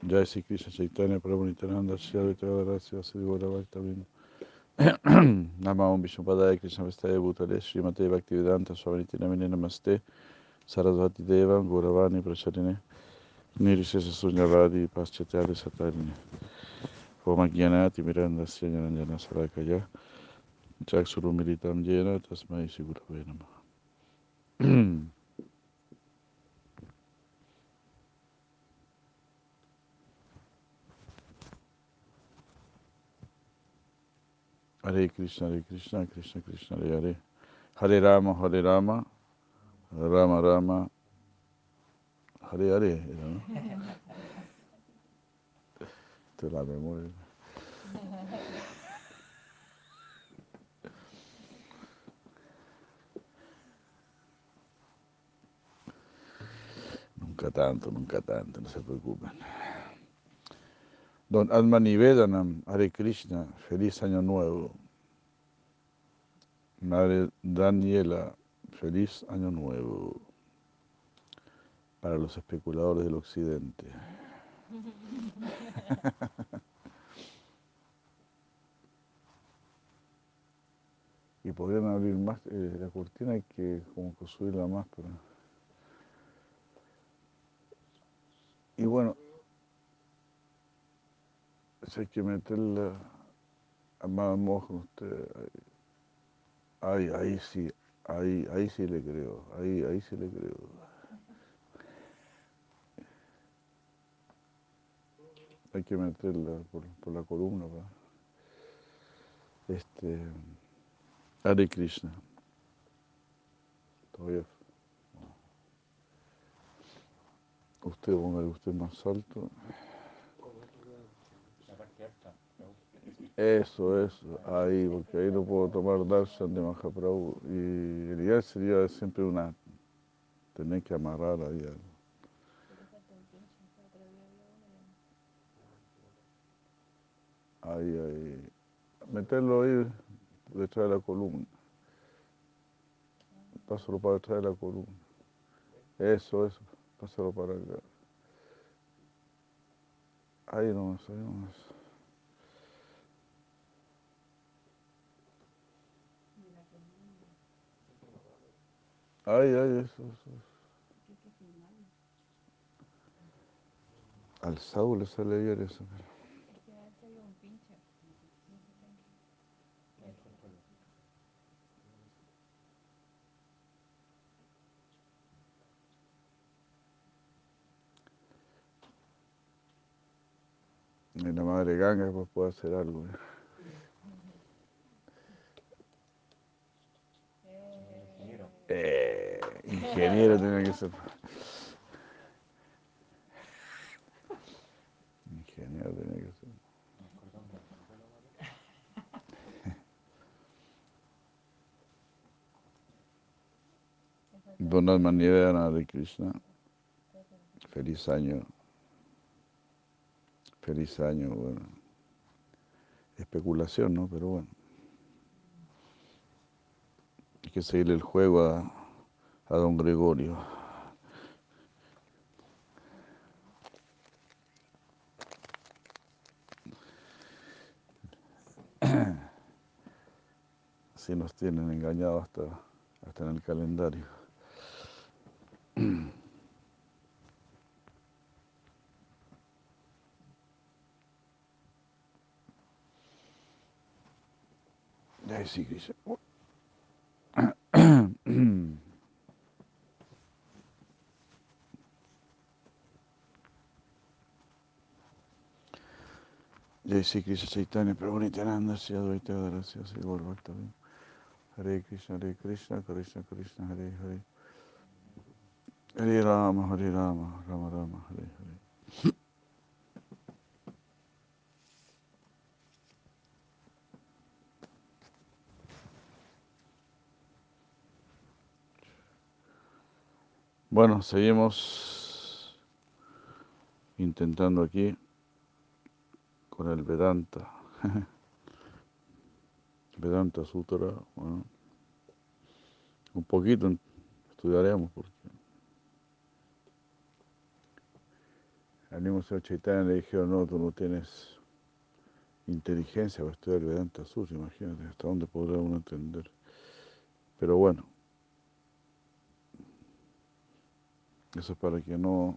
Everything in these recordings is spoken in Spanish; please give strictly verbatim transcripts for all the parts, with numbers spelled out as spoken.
Jai Sri Krishna Chaitanya Prabhu Nityananda Shri Advaita Gadadhara Sri Gaura Bhaktavinoda Namah Om Vishnupadaya Krishna Vestaya Bhutale Srimate Bhaktivedanta Swami Namine Namaste Sarasvati Deva Gauravani Pracharine Nirishesa Sunyavadi Paschatya Satarine Om Jnanati Miranda Syanjanana Sarakaya Chaksurumilitam Jena Tasmai Shri Gurave Namah. Hare Krishna, Hare Krishna, Krishna Krishna, Hare Hare. Hare Rama, Hare Rama, Rama Rama, Hare Hare. Era, ¿no? Esto es la memoria. Nunca tanto, nunca tanto, no se preocupen. Don Admanivedanam, Hare Krishna, feliz año nuevo. Madre Daniela, feliz año nuevo. Para los especuladores del occidente. Y podrían abrir más, eh, la cortina hay que como que subirla más, pero... Y bueno, si hay que meterla a más mojo, usted, ahí, ahí sí, ahí, ahí sí le creo, ahí, ahí sí le creo. Hay que meterla por, por la columna, ¿verdad? Este, Hare Krishna. Todavía. Usted póngale usted más alto. Eso, eso, ahí, porque ahí no puedo tomar darshan de Mahaprabhu. Y el ideal sería siempre una, tener que amarrar ahí algo. Ahí, ahí. Meterlo ahí detrás de la columna. Pásalo para detrás de la columna. Eso, eso. Pásalo para acá. Ahí nomás, ahí nomás. Ahí, ahí, eso, eso. Al Saúl le sale bien eso. Y la madre Ganga pues puede hacer algo. ¿Eh? Eh, ingeniero tiene que ser. Ingeniero tiene que ser. Buenas maneras, Hare Krishna. Feliz año. Feliz año, bueno. Especulación, ¿no? Pero bueno. Hay que seguirle el juego a, a don Gregorio. Así nos tienen engañados hasta, hasta en el calendario. Jai Sri Krishna. Jai Sri Krishna Chaitanya Prabhu Nityananda Shri Advaita Gadadhara Sri Gaura Bhaktavinoda Hare Krishna, Hare Krishna, Krishna Krishna, Hare Hare. Hare Rama, Hare Rama, Rama Rama, Hare Hare. Bueno, seguimos intentando aquí con el Vedanta. Vedanta Sutra, bueno, un poquito estudiaremos porque al mismo señor Chaitanya le dijeron, no, tú no tienes inteligencia para estudiar el Vedanta Sutra, imagínate, hasta dónde podrá uno entender. Pero bueno, eso es para que no,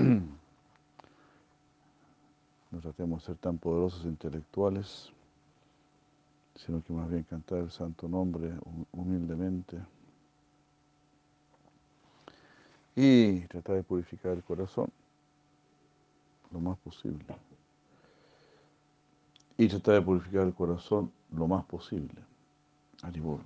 no tratemos de ser tan poderosos intelectuales, sino que más bien cantar el santo nombre humildemente y tratar de purificar el corazón lo más posible. Y tratar de purificar el corazón lo más posible. Haribol.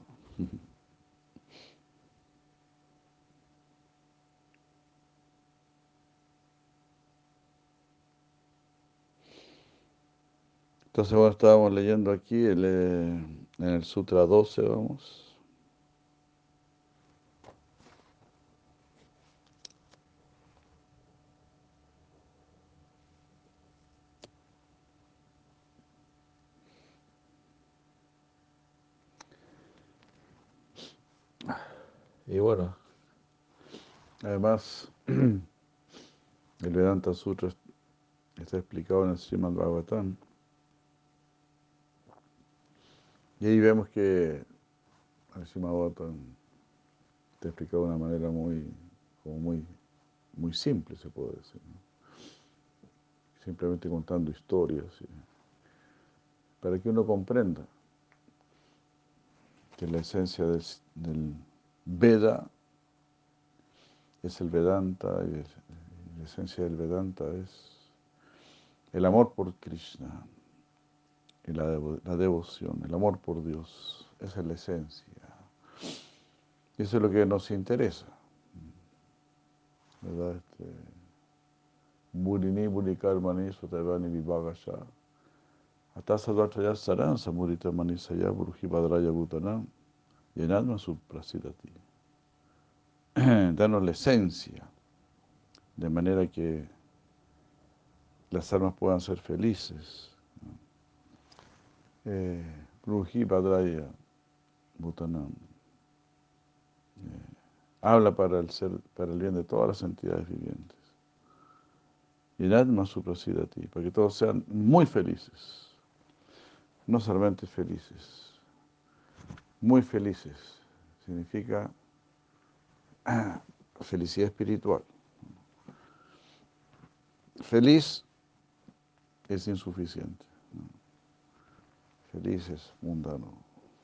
Entonces, bueno, estábamos leyendo aquí el, eh, en el Sutra doce, vamos. Y bueno, además, el Vedanta Sutra está explicado en el Srimad Bhagavatam. Y ahí vemos que el Srimad Bhagavatam está explicado de una manera muy, como muy, muy simple, se puede decir, ¿no? Simplemente contando historias, ¿sí? Para que uno comprenda que la esencia del, del Veda es el Vedanta, y es- la esencia del Vedanta es el amor por Krishna y la, devo- la devoción, el amor por Dios. Esa es la esencia. Y eso es lo que nos interesa, ¿verdad? Este, Burini Bunikarmani Sutavani Vibhagasha Atasadvachaya Saran Samurita Manisaya Bruji Badraya Bhutanam Yenadma Suprasidati. Danos la esencia, de manera que las almas puedan ser felices. Eh, Bruji Badraya Bhutanam. Eh, habla para el, ser, para el bien de todas las entidades vivientes. Yenadma Suprasidati, para que todos sean muy felices. No solamente felices, muy felices. Significa ah, felicidad espiritual. Feliz es insuficiente, ¿no? Feliz es mundano.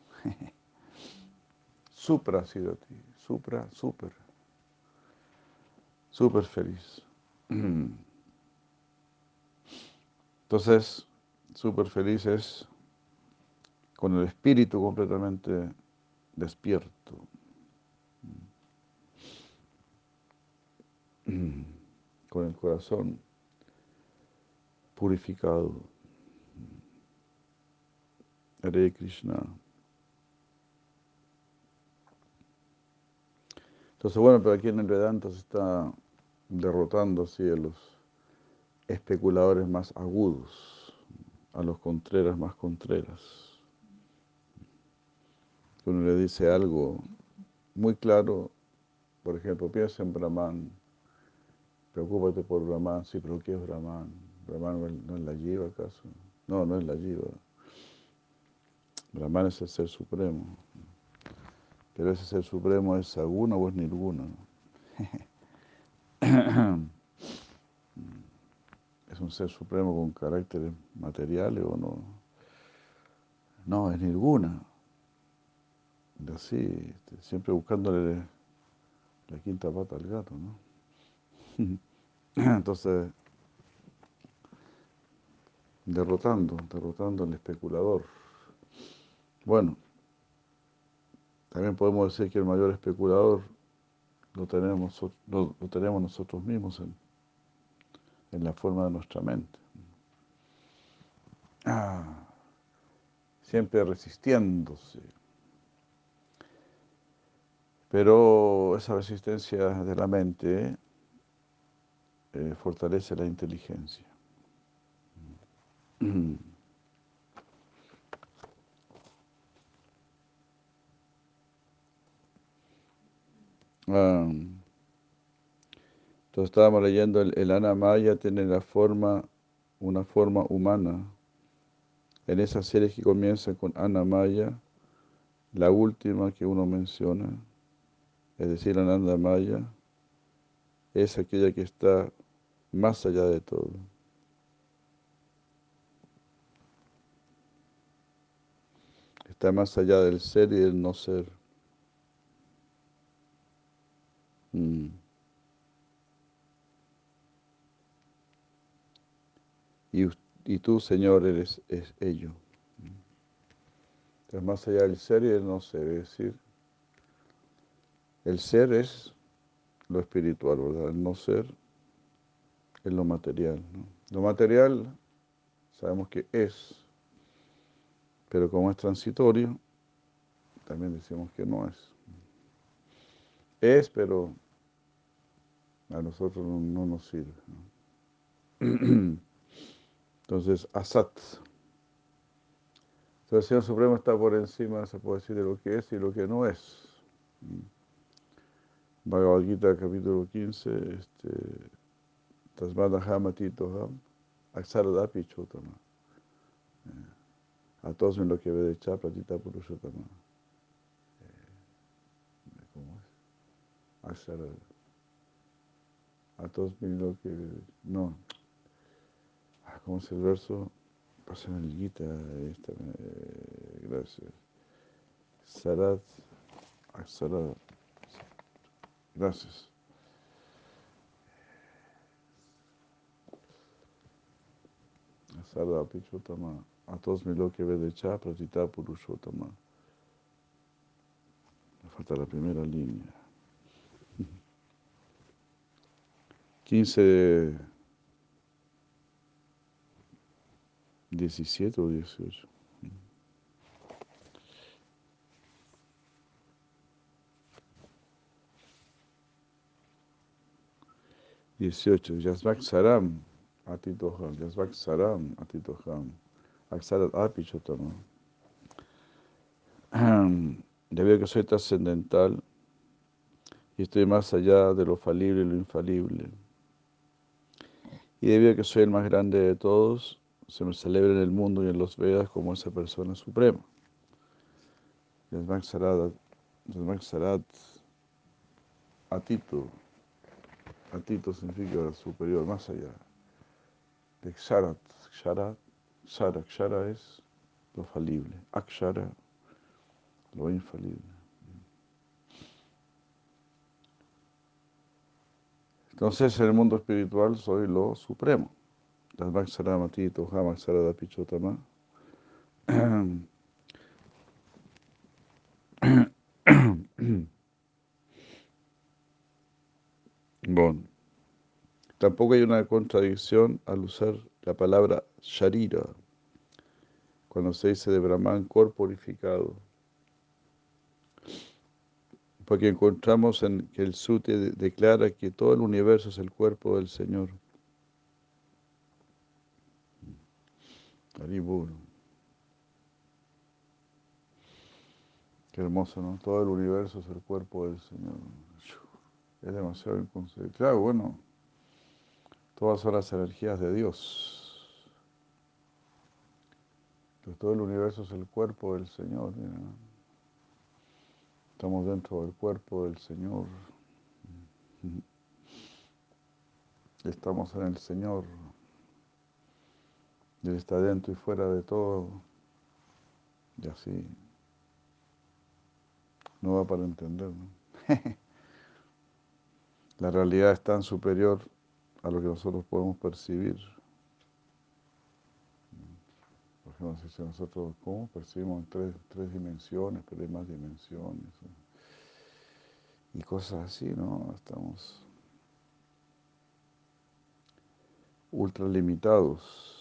Supra ha sido a ti, supra, super, súper feliz. Entonces, súper feliz es con el espíritu completamente despierto, con el corazón purificado. Hare Krishna. Entonces, bueno, pero aquí en el Vedanta se está derrotando así a los especuladores más agudos, a los contreras más contreras. Uno le dice algo muy claro, por ejemplo, piensa en Brahman, preocúpate por Brahman, sí, pero ¿qué es Brahman? ¿Brahman no es, no es la Jiva acaso? No, no es la Jiva. Brahman es el Ser Supremo. Pero ese Ser Supremo es Saguna o es Nirguna. ¿Es un Ser Supremo con caracteres materiales o no? No, es Nirguna. Y así, este, siempre buscándole la quinta pata al gato, ¿no? Entonces, derrotando, derrotando al especulador. Bueno, también podemos decir que el mayor especulador lo tenemos, lo, lo tenemos nosotros mismos en, en la forma de nuestra mente. Ah, siempre resistiéndose. Pero esa resistencia de la mente eh, fortalece la inteligencia. Ah, Entonces estábamos leyendo, el, el Anamaya tiene la forma, una forma humana. En esas series que comienzan con Anamaya, la última que uno menciona, es decir, Anandamaya, es aquella que está más allá de todo. Está más allá del ser y del no ser. Mm. Y, y tú, Señor, eres es ello. Estás más allá del ser y del no ser. Es decir, el ser es lo espiritual, ¿verdad? El no ser es lo material, ¿no? Lo material sabemos que es, pero como es transitorio, también decimos que no es. Es, pero a nosotros no, no nos sirve, ¿no? Entonces, Asat. Entonces, el Señor Supremo está por encima, se puede decir, de lo que es y lo que no es. Bhagavad Gita, capítulo quince, este, Tasmadaham Atitoham, Aksaradapi Chotama. A todos en lo que ve de Chapra, Tita Purushotama. ¿Cómo es? Aksara. A todos en lo que ve de... No. ¿Cómo es el verso? Pásame el Gita. Esta, eh, gracias. Sarat. Aksara. Gracias. Aksaradapi Chotama. A todos en lo que ve de Chapra, Tita Purushotama. Me falta la primera línea. quince, diecisiete o dieciocho. dieciocho. Yasvak Saram Atitoham. Yasvak Saram Atitoham. Aksarat Apichotama. Debido a que soy trascendental y estoy más allá de lo falible y lo infalible. Y debido a que soy el más grande de todos, se me celebra en el mundo y en los Vedas como esa persona suprema. Yasvak Sarat, Yasvak Sarat Atito. Atito significa superior, más allá. De Ksharat. Ksharat. Kshara. Kshara es lo falible. Akshara, lo infalible. Entonces, en el mundo espiritual soy lo supremo. Bueno, tampoco hay una contradicción al usar la palabra sharira cuando se dice de Brahman corporificado, porque encontramos en que el Sute de- declara que todo el universo es el cuerpo del Señor. Haribol. Qué hermoso, ¿no? Todo el universo es el cuerpo del Señor. Es demasiado inconcebible. Claro, bueno, todas son las energías de Dios. Pues todo el universo es el cuerpo del Señor. Mira, ¿no? Estamos dentro del cuerpo del Señor. Estamos en el Señor. Él está dentro y fuera de todo. Y así no va para entender, ¿no? La realidad es tan superior a lo que nosotros podemos percibir. Por ejemplo, si nosotros, ¿cómo? Percibimos en tres, tres dimensiones, pero hay más dimensiones. ¿No? Y cosas así, ¿no? Estamos ultra limitados.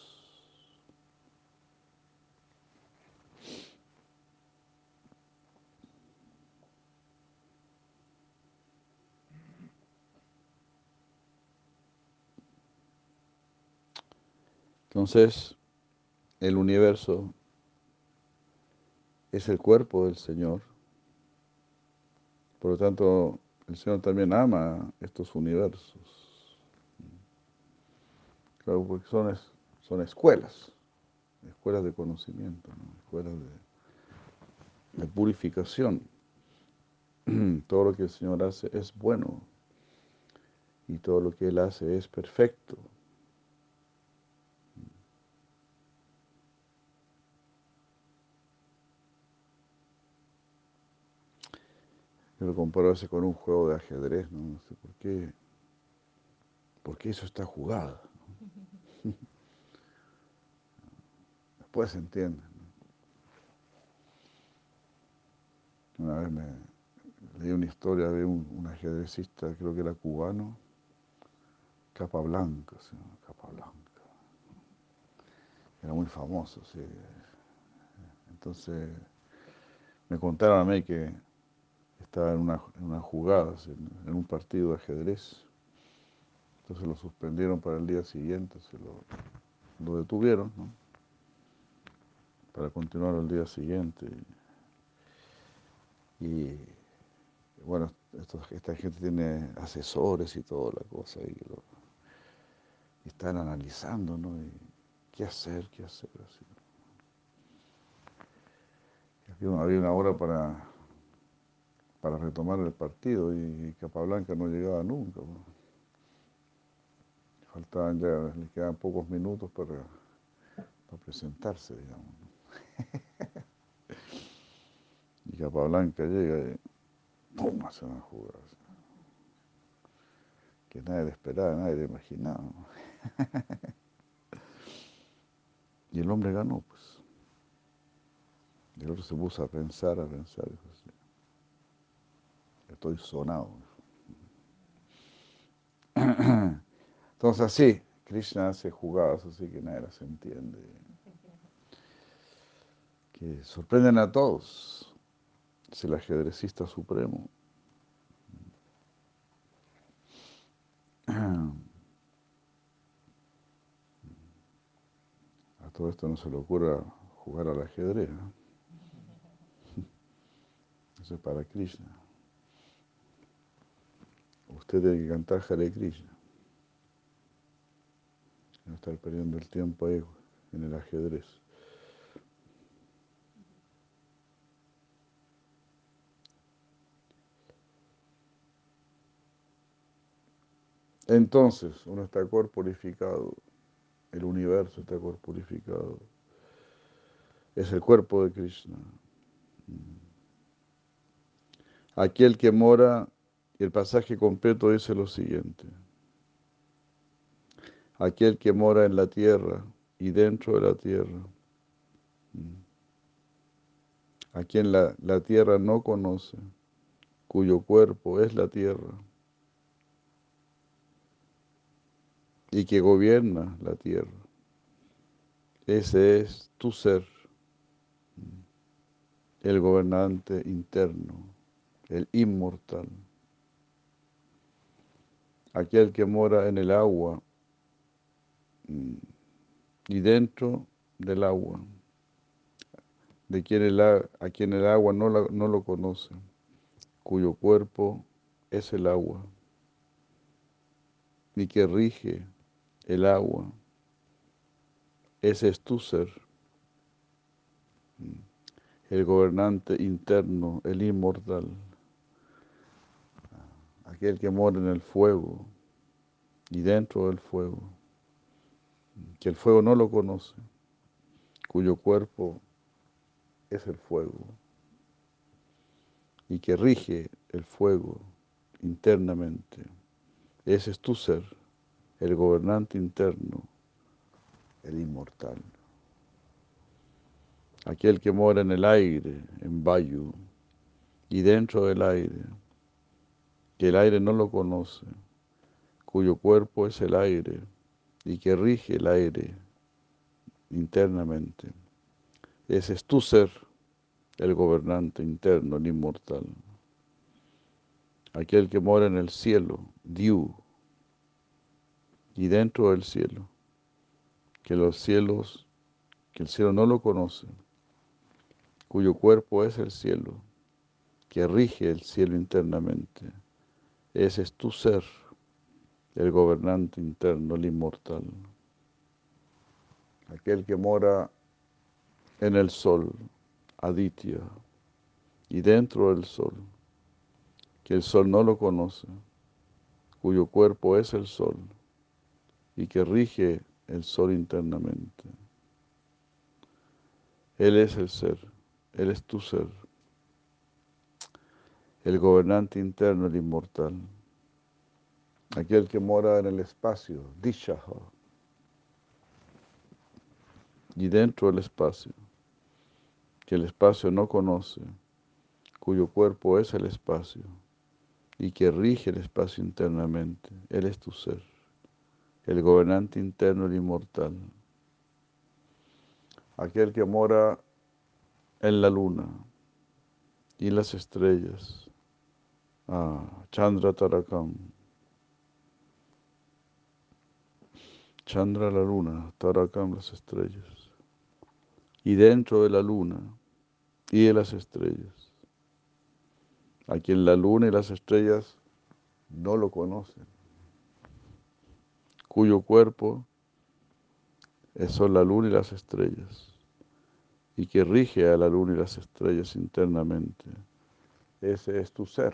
Entonces, el universo es el cuerpo del Señor. Por lo tanto, el Señor también ama estos universos. Claro, porque son, es- son escuelas, escuelas de conocimiento, ¿no? Escuelas de, de purificación. Todo lo que el Señor hace es bueno y todo lo que Él hace es perfecto. Yo lo comparo a veces con un juego de ajedrez, ¿no? No sé por qué, por qué eso está jugado. Después se entiende, ¿no? Una vez me leí una historia de un, un ajedrecista, creo que era cubano, Capa Blanca, ¿sí? Capa Blanca. Era muy famoso, sí. Entonces me contaron a mí que estaba en una, en una jugada, ¿sí? En un partido de ajedrez. Entonces lo suspendieron para el día siguiente, se lo, lo detuvieron, ¿no? Para continuar el día siguiente. Y bueno, esto- esta gente tiene asesores y toda la cosa, y, lo, y están analizando, ¿no? Y qué hacer, qué hacer, así. Había una, había una hora para, para retomar el partido y Capablanca no llegaba nunca, ¿no? Faltaban ya, le quedaban pocos minutos para, para presentarse, digamos, ¿no? Y Capablanca llega y ¡pum! Hace una jugada así, que nadie le esperaba, nadie le imaginaba, ¿no? Y el hombre ganó, pues. Y el otro se puso a pensar, a pensar, y dijo, "Sí, estoy sonado". Entonces así, Krishna hace jugadas así que nadie las entiende, que sorprenden a todos. Es el ajedrecista supremo. A todo esto no se le ocurra jugar al ajedrez, ¿no? Eso es para Krishna. Usted tiene que cantar Hare Krishna, no estar perdiendo el tiempo ahí en el ajedrez. Entonces, uno está corporificado, el universo está corporificado, es el cuerpo de Krishna. Aquel que mora, y el pasaje completo dice lo siguiente: aquel que mora en la tierra y dentro de la tierra, a quien la, la tierra no conoce, cuyo cuerpo es la tierra, y que gobierna la tierra. Ese es tu ser, el gobernante interno, el inmortal. Aquel que mora en el agua mm, y dentro del agua, de quien el, a a quien el agua no, la- no lo conoce, cuyo cuerpo es el agua, y que rige el agua. Ese es tu ser, el gobernante interno, el inmortal, aquel que mora en el fuego y dentro del fuego, que el fuego no lo conoce, cuyo cuerpo es el fuego, y que rige el fuego internamente. Ese es tu ser, el gobernante interno, el inmortal. Aquel que mora en el aire, en Vayu, y dentro del aire, que el aire no lo conoce, cuyo cuerpo es el aire, y que rige el aire internamente. Ese es tu ser, el gobernante interno, el inmortal. Aquel que mora en el cielo, Diu, y dentro del cielo, que los cielos, que el cielo no lo conoce, cuyo cuerpo es el cielo, que rige el cielo internamente. Ese es tu ser, el gobernante interno, el inmortal. aquel que mora en el sol, Aditya, y dentro del sol, que el sol no lo conoce, cuyo cuerpo es el sol, y que rige el sol internamente. Él es el ser, Él es tu ser, el gobernante interno, el inmortal, aquel que mora en el espacio, Dishaha, y dentro del espacio, que el espacio no conoce, cuyo cuerpo es el espacio, y que rige el espacio internamente. Él es tu ser, el gobernante interno, el inmortal, aquel que mora en la luna y las estrellas, ah, Chandra Tarakam, Chandra la luna, Tarakam las estrellas, y dentro de la luna y de las estrellas, a quien la luna y las estrellas no lo conocen, cuyo cuerpo son la luna y las estrellas, y que rige a la luna y las estrellas internamente. Ese es tu ser,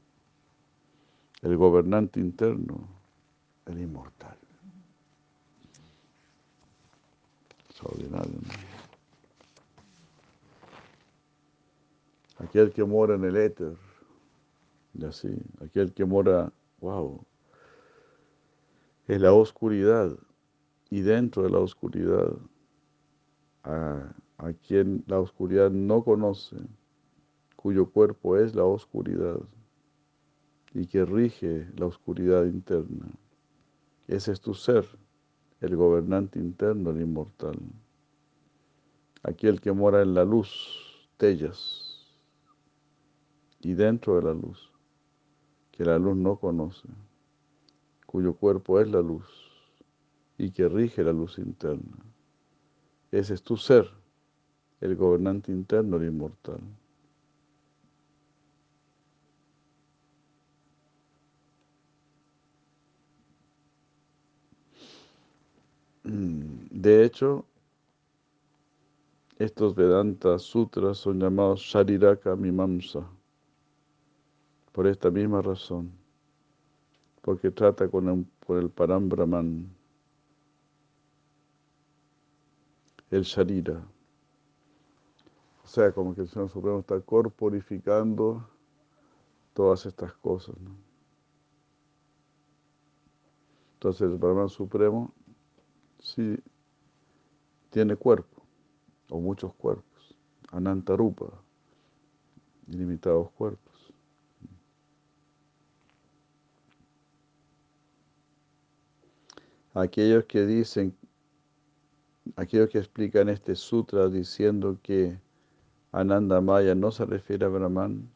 el gobernante interno, el inmortal. Extraordinario, ¿no? Aquel que mora en el éter, y así, aquel que mora, wow, en la oscuridad, y dentro de la oscuridad, a, a quien la oscuridad no conoce, cuyo cuerpo es la oscuridad, y que rige la oscuridad interna. Ese es tu ser, el gobernante interno, el inmortal. Aquel que mora en la luz, Tellas, y dentro de la luz, que la luz no conoce, cuyo cuerpo es la luz, y que rige la luz interna. Ese es tu ser, el gobernante interno, el inmortal. De hecho, estos Vedanta Sutras son llamados Shariraka Mimamsa, por esta misma razón, porque trata con el, con el Param Brahman, el Sharira. O sea, como que el Señor Supremo está corporificando todas estas cosas, ¿no? Entonces el Brahman Supremo sí tiene cuerpo, o muchos cuerpos, Anantarupa, ilimitados cuerpos. Aquellos que dicen, aquellos que explican este sutra diciendo que Ananda Maya no se refiere a Brahman,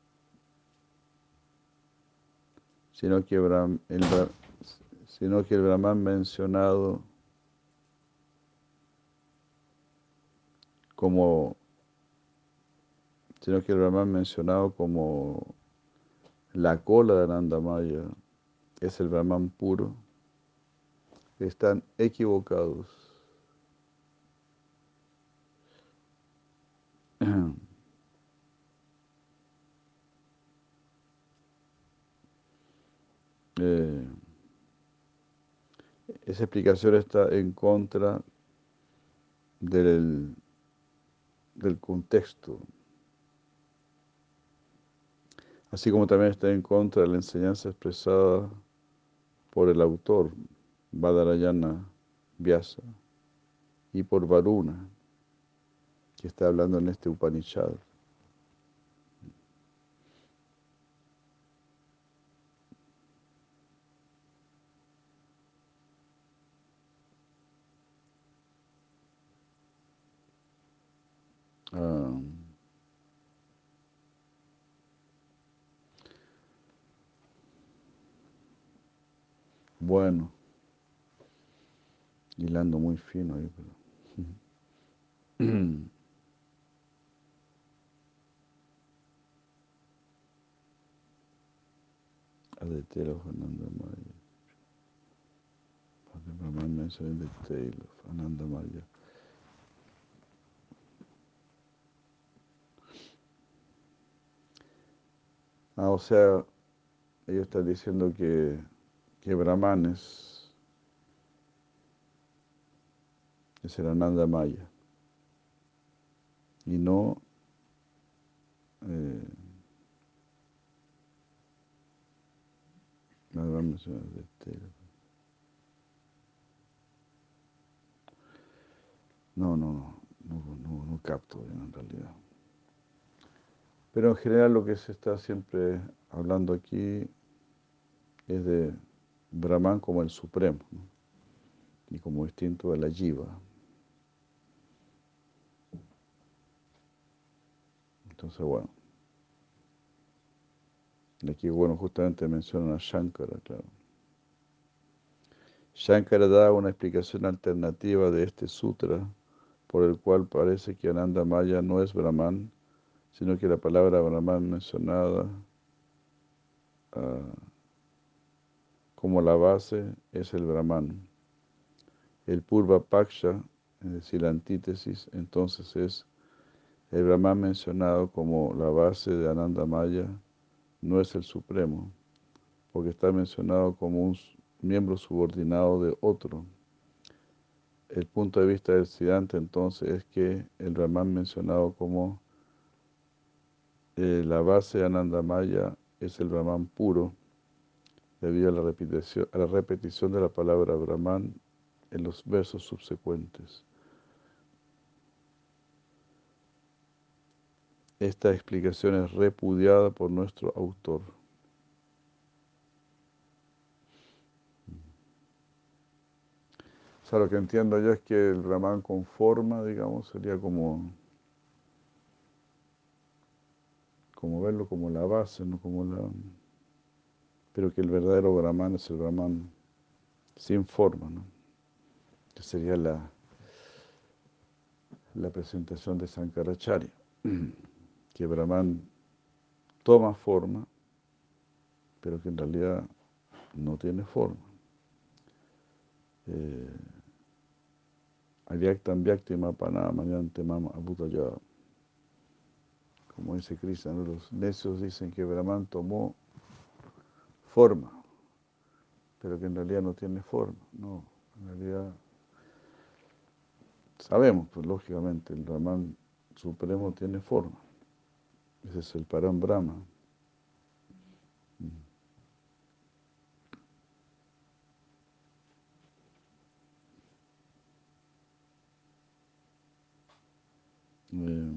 sino que, Brahm, el, sino que el Brahman mencionado como, sino que el Brahman mencionado como la cola de Ananda Maya es el Brahman puro, están equivocados. Eh, esa explicación está en contra del, del contexto, así como también está en contra de la enseñanza expresada por el autor, Badarayana Vyasa, y por Varuna, que está hablando en este Upanishad. Ah, bueno, hilando muy fino ahí, pero... Adetero Fernando Maya. The Brahman mentioned in the tale of Anandamaya. Ah, o sea, ellos están diciendo que, que Brahman es, es el Anandamaya y no eh, nada más mencionar de este. No, no, no, no, no, no capto bien en realidad. Pero en general lo que se está siempre hablando aquí es de Brahman como el supremo, ¿no? Y como distinto de la Jiva. Entonces, bueno, aquí, bueno, justamente mencionan a Shankara, claro. Shankara da una explicación alternativa de este sutra, por el cual parece que Ananda Maya no es Brahman, sino que la palabra Brahman mencionada uh, como la base es el Brahman. El Purva Paksha, es decir, la antítesis, entonces es el Brahman mencionado como la base de Ananda Maya, no es el supremo, porque está mencionado como un miembro subordinado de otro. El punto de vista del Siddhanta entonces es que el Brahman mencionado como eh, la base de Ananda Maya es el Brahman puro, debido a la repetición, a la repetición de la palabra Brahman en los versos subsecuentes. Esta explicación es repudiada por nuestro autor. O sea, lo que entiendo yo es que el Brahman con forma, digamos, sería como, como verlo como la base, no como la... Pero que el verdadero Brahman es el Brahman sin forma, ¿no? Que sería la, la presentación de Sankaracharya, que Brahman toma forma, pero que en realidad no tiene forma. Eh, Avyaktam vyakti mapana mayante mama abhutaya. Como dice Krishna, ¿no? Los necios dicen que Brahman tomó forma, pero que en realidad no tiene forma. No, en realidad sabemos, pues lógicamente, el Brahman supremo tiene forma. Ese es el Param Brahma. Eh,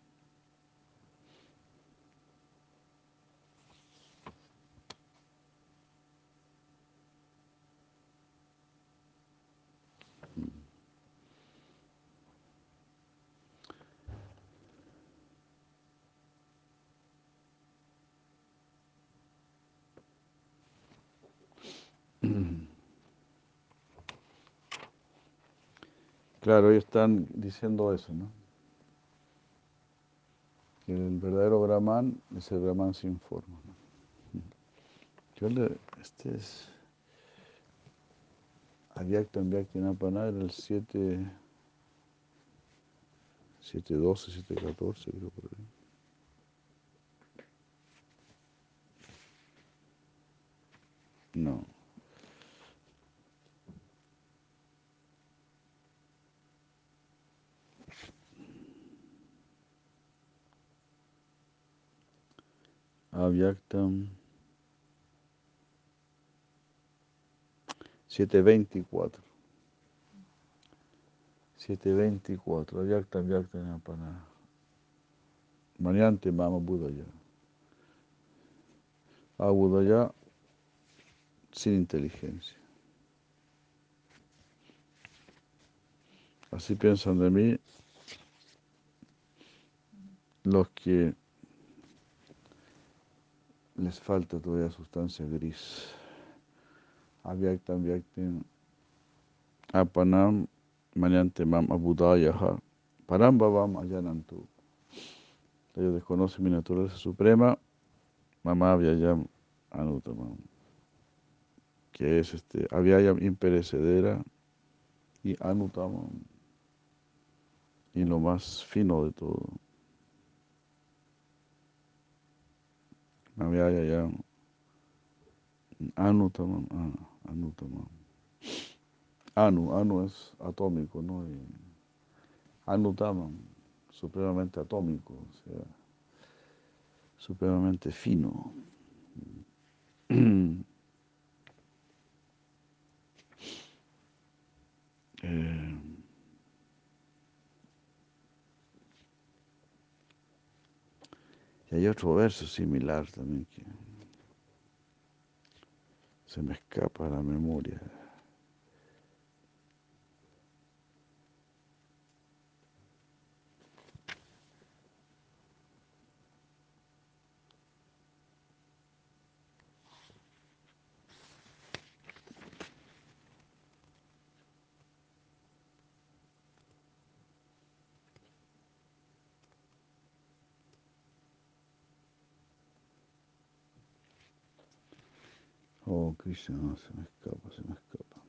claro, ellos están diciendo eso, ¿no? Que el verdadero Brahman es el Brahman sin forma, ¿no? Yo le, este es Avyaktam Vyakti Napana, era el siete, siete doce, siete catorce, creo por ahí. No. Avyaktam siete veinticuatro. siete veinticuatro. Avyaktam Vyakti Napana. Maniante Mama Budaya. A Budaya sin inteligencia. Así piensan de mí los que les falta todavía sustancia gris. Avyaktam Vyaktim Apanam Maniante Mam Abudayaha Parambhavam Ayanantu. Ellos desconocen mi naturaleza suprema, Mamá Vyayam Anutamam, que es este, Avyayam imperecedera y Anutamam, y lo más fino de todo. Avyayam, Anutamam, ah, Anutamam. Anu, Anu es atómico, ¿no? Y Anutamam, supremamente atómico, o sea, supremamente fino. eh, y hay otro verso similar también que se me escapa a la memoria. Oh, Krishna, no, se me escapa, se me escapa.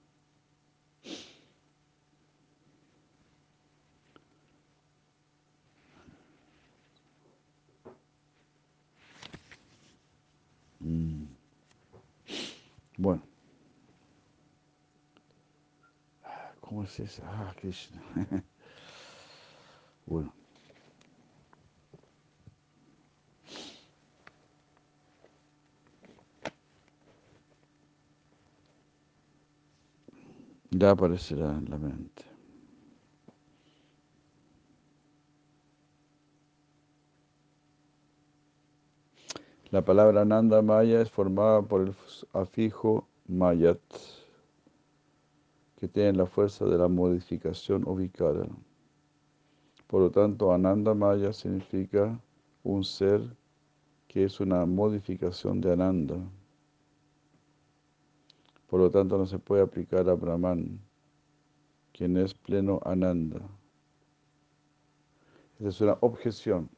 Mm. Bueno, ¿cómo es eso? Ah, Krishna. Bueno, ya aparecerá en la mente. La palabra Nanda Maya es formada por el afijo Mayat, que tiene la fuerza de la modificación o vikara. Por lo tanto, Ananda Maya significa un ser que es una modificación de Ananda. Por lo tanto, no se puede aplicar a Brahman, quien es pleno Ananda. Esa es una objeción.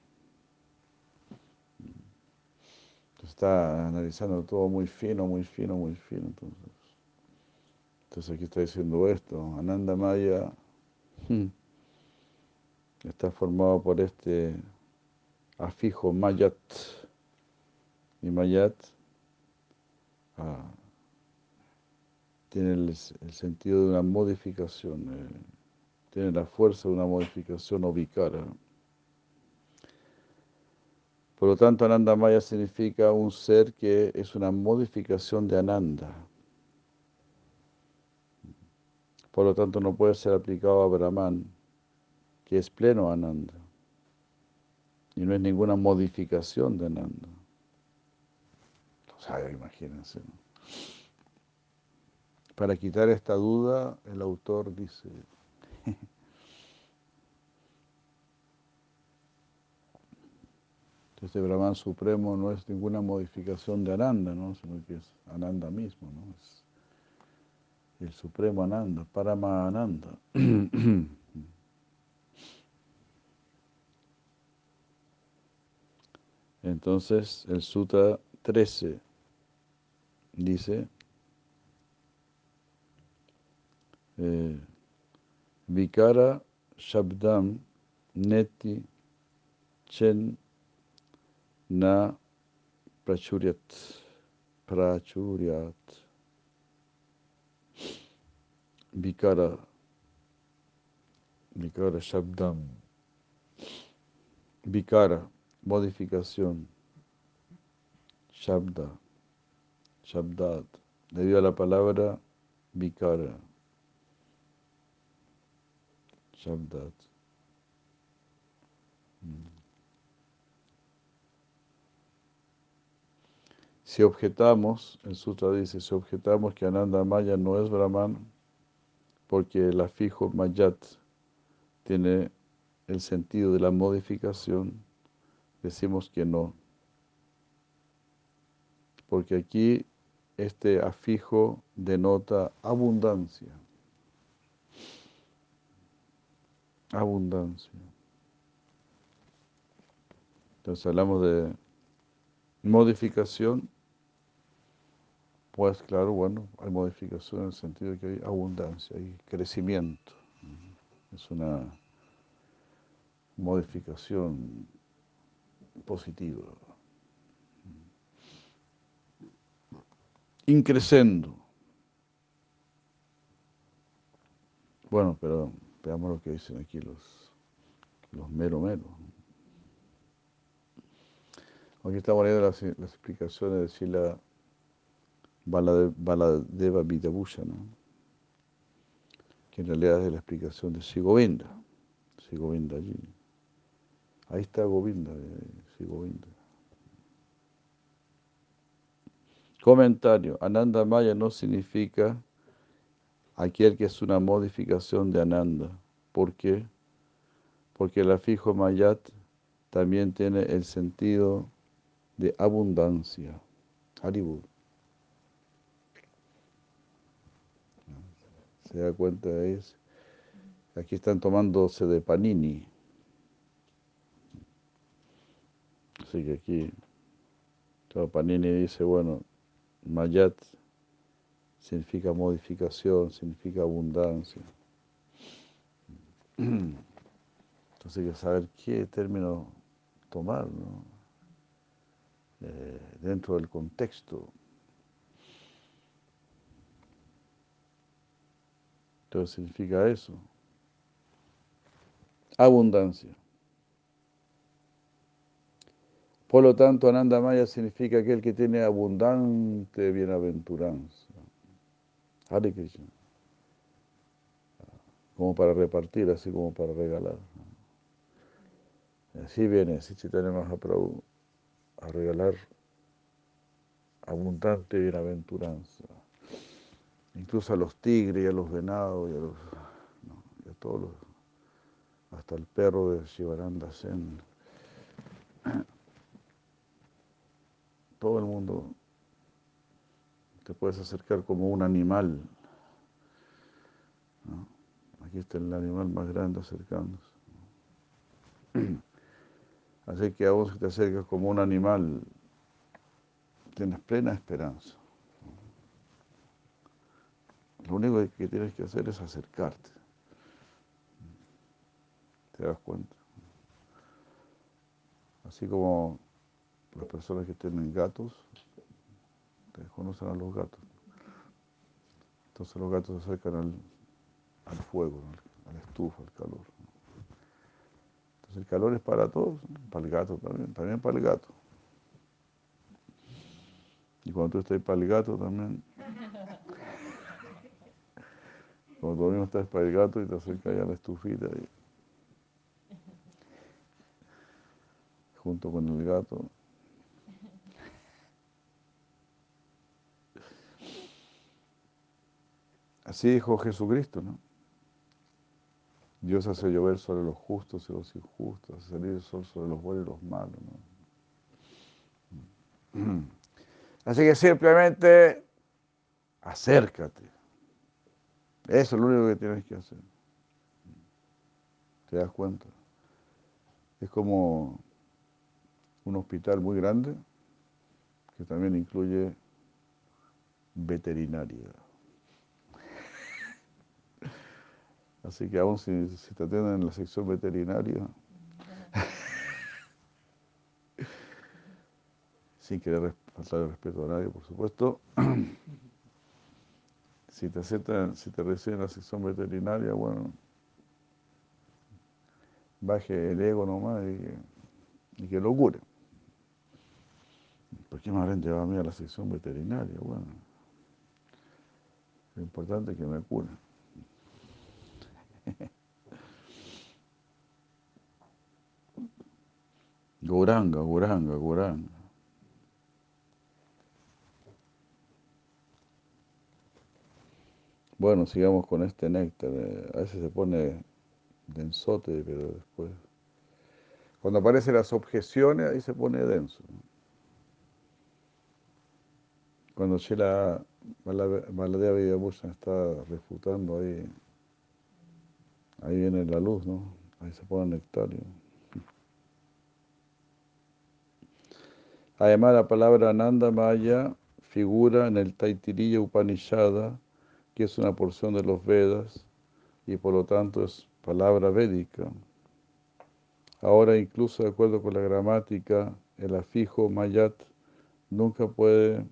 Está analizando todo muy fino, muy fino, muy fino. Entonces, entonces aquí está diciendo esto. Ananda Maya hmm, está formado por este afijo Mayat. Y Mayat ah, tiene el, el sentido de una modificación, eh, tiene la fuerza de una modificación o vikara. Por lo tanto, Ananda Maya significa un ser que es una modificación de Ananda. Por lo tanto, no puede ser aplicado a Brahman, que es pleno Ananda. Y no es ninguna modificación de Ananda. O sea, imagínense, ¿no? Para quitar esta duda, el autor dice, este Brahman supremo no es ninguna modificación de Ananda, ¿no? Sino que es Ananda mismo, ¿no? Es el supremo Ananda, Parama Ananda. Entonces, el Sutta trece dice, eh, Vikara Shabdam Neti Chen Na Prachuryat Prachuryat Vikara Vikara Shabdam Vikara, modificación, Shabda, Shabdat, debido a la palabra Vikara, Shabdat. Si objetamos, el sutra dice, si objetamos que Ananda Maya no es Brahman, porque el afijo Mayat tiene el sentido de la modificación, decimos que no. Porque aquí este afijo denota abundancia, abundancia. Entonces hablamos de modificación Pues claro, bueno, hay modificación en el sentido de que hay abundancia, hay crecimiento. Es una modificación positiva. Increscendo. Bueno, pero veamos lo que dicen aquí los, los mero mero. Aquí estamos leyendo las, las explicaciones de Sila Balade- Baladeva Vidabhushana, que en realidad es la explicación de Sri Govinda. Sri Govinda allí. Ahí está Govinda, eh, Sri Govinda. Comentario. Ananda Maya no significa aquel que es una modificación de Ananda. ¿Por qué? Porque el afijo Mayat también tiene el sentido de abundancia. Haribur. Se da cuenta de eso. Aquí están tomándose de Panini. Así que aquí, claro, Panini dice, bueno, Mayat significa modificación, significa abundancia. Entonces hay que saber qué término tomar, ¿no? Eh, dentro del contexto. Entonces significa eso. Abundancia. Por lo tanto, Ananda Maya significa aquel que tiene abundante bienaventuranza. Hare Krishna. Como para repartir, así como para regalar. Así viene, así tenemos a Prabhu a regalar abundante bienaventuranza. Incluso a los tigres y a los venados y a, los, no, y a todos los, hasta el perro de Shivananda Sen. Todo el mundo te puedes acercar como un animal, ¿no? Aquí está el animal más grande acercándose. Así que aún si te acercas como un animal, tienes plena esperanza. Lo único que tienes que hacer es acercarte. ¿Te das cuenta? Así como las personas que tienen gatos, te conocen a los gatos. Entonces los gatos se acercan al, al fuego, al, a la estufa, al calor. Entonces el calor es para todos, ¿no? Para el gato también, también para el gato. Y cuando tú estás para el gato también, cuando tú mismo estás para el gato y te acercas a la estufita y, junto con el gato. Así dijo Jesucristo, ¿no? Dios hace llover sobre los justos y los injustos, hace salir el sol sobre los buenos y los malos, ¿no? Así que simplemente acércate. Eso es lo único que tienes que hacer. ¿Te das cuenta? Es como un hospital muy grande que también incluye veterinaria. Así que aún si, si te atienden en la sección veterinaria, sin querer faltar el respeto a nadie, por supuesto, si te aceptan, si te reciben en la sección veterinaria, bueno, baje el ego nomás y, y que lo cure. ¿Por qué me habrán llevado a mí a la sección veterinaria? Bueno, lo importante es que me cure. Goranga, goranga, goranga. Bueno, sigamos con este néctar. A veces se pone densote, pero después, cuando aparecen las objeciones, ahí se pone denso. Cuando Shila Baladeva Vidabhushan está refutando ahí, ahí viene la luz, ¿no? Ahí se pone nectario. Además, la palabra Ananda Maya figura en el Taittiriya Upanishada, que es una porción de los Vedas y por lo tanto es palabra védica. Ahora, incluso de acuerdo con la gramática, el afijo mayat nunca puede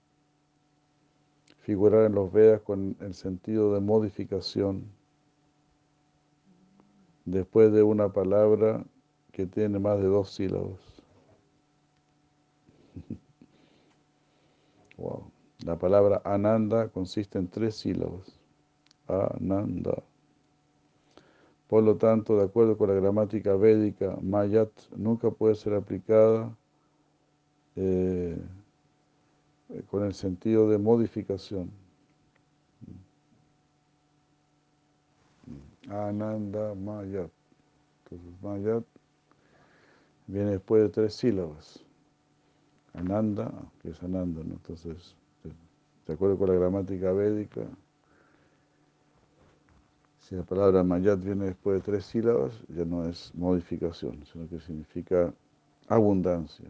figurar en los Vedas con el sentido de modificación después de una palabra que tiene más de dos sílabas. Wow. La palabra Ananda consiste en tres sílabas. Ananda. Por lo tanto, de acuerdo con la gramática védica, mayat nunca puede ser aplicada eh, con el sentido de modificación. Ananda mayat. Entonces, mayat viene después de tres sílabas. Ananda, que es Ananda, ¿no? Entonces, de acuerdo con la gramática védica, si la palabra mayat viene después de tres sílabas, ya no es modificación, sino que significa abundancia.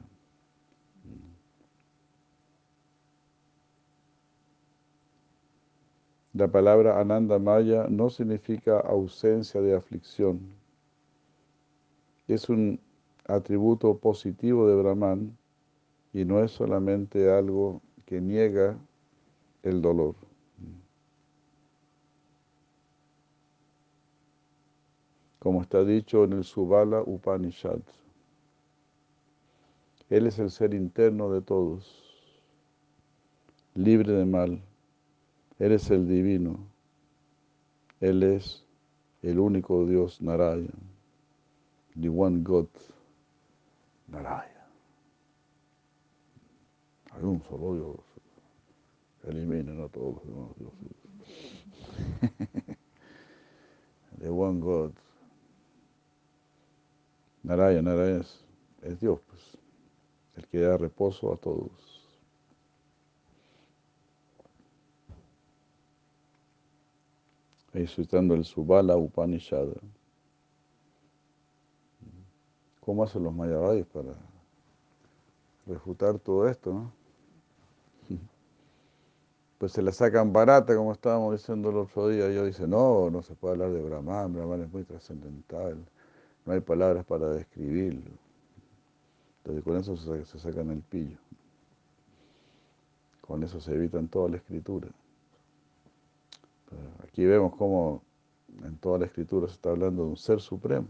La palabra Ananda Maya no significa ausencia de aflicción. Es un atributo positivo de Brahman y no es solamente algo que niega el dolor. Como está dicho en el Subala Upanishad. Él es el ser interno de todos, libre de mal. Él es el divino. Él es el único Dios Narayana, the one God, Narayana. Hay un solo Dios. Eliminen a todos los demás dioses. The one God. Narayana, Narayana es, es Dios, pues, el que da reposo a todos. Ahí citando el Subala Upanishad. ¿Cómo hacen los mayavadis para refutar todo esto, no? Pues se la sacan barata, como estábamos diciendo el otro día. Yo dice, no, no se puede hablar de Brahman, Brahman es muy trascendental, no hay palabras para describirlo. Entonces con eso se, se sacan el pillo. Con eso se evitan toda la escritura. Pero aquí vemos cómo en toda la escritura se está hablando de un ser supremo.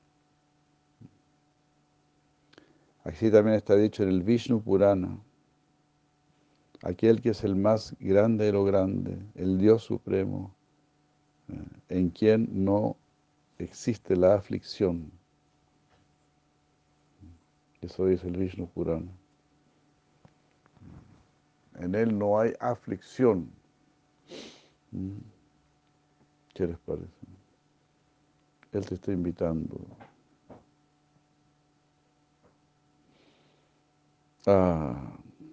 Aquí también está dicho en el Vishnu Purana, aquel que es el más grande de lo grande, el Dios supremo, eh, en quien no existe la aflicción. Eso dice el Vishnu Purana. En él no hay aflicción. ¿Qué les parece? Él te está invitando. Ah.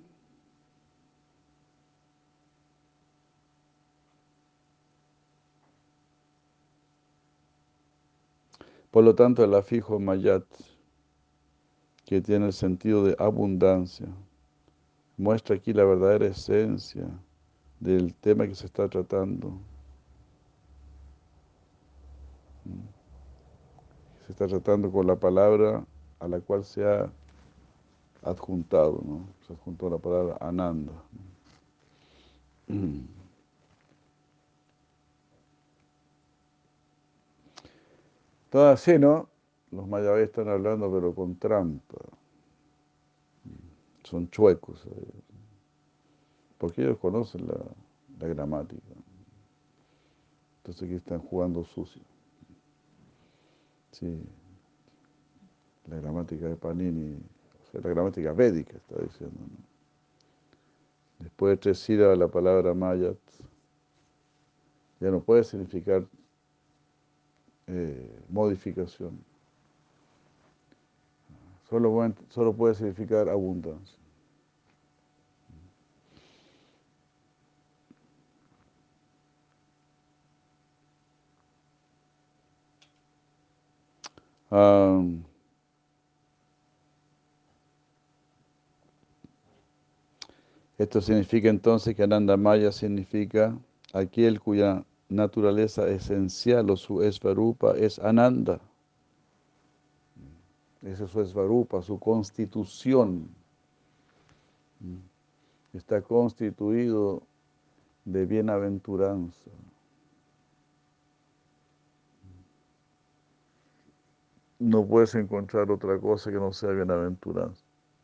Por lo tanto, el afijo mayat, que tiene el sentido de abundancia, muestra aquí la verdadera esencia del tema que se está tratando. Se está tratando con la palabra a la cual se ha adjuntado, ¿no? Se adjuntó la palabra Ananda. Todo así, ¿no? Los mayabés están hablando, pero con trampa. Son chuecos, ¿sabes? Porque ellos conocen la, la gramática. Entonces aquí están jugando sucio. Sí, la gramática de Panini, o sea, la gramática védica está diciendo, ¿no? Después de tres sílabas la palabra mayat ya no puede significar eh, modificación. Solo puede, solo puede significar abundancia. Um, Esto significa entonces que Ananda Maya significa aquel cuya naturaleza esencial o su Svarupa es Ananda. Ese es su Svarupa, su constitución. Está constituido de bienaventuranza. No puedes encontrar otra cosa que no sea bienaventuranza.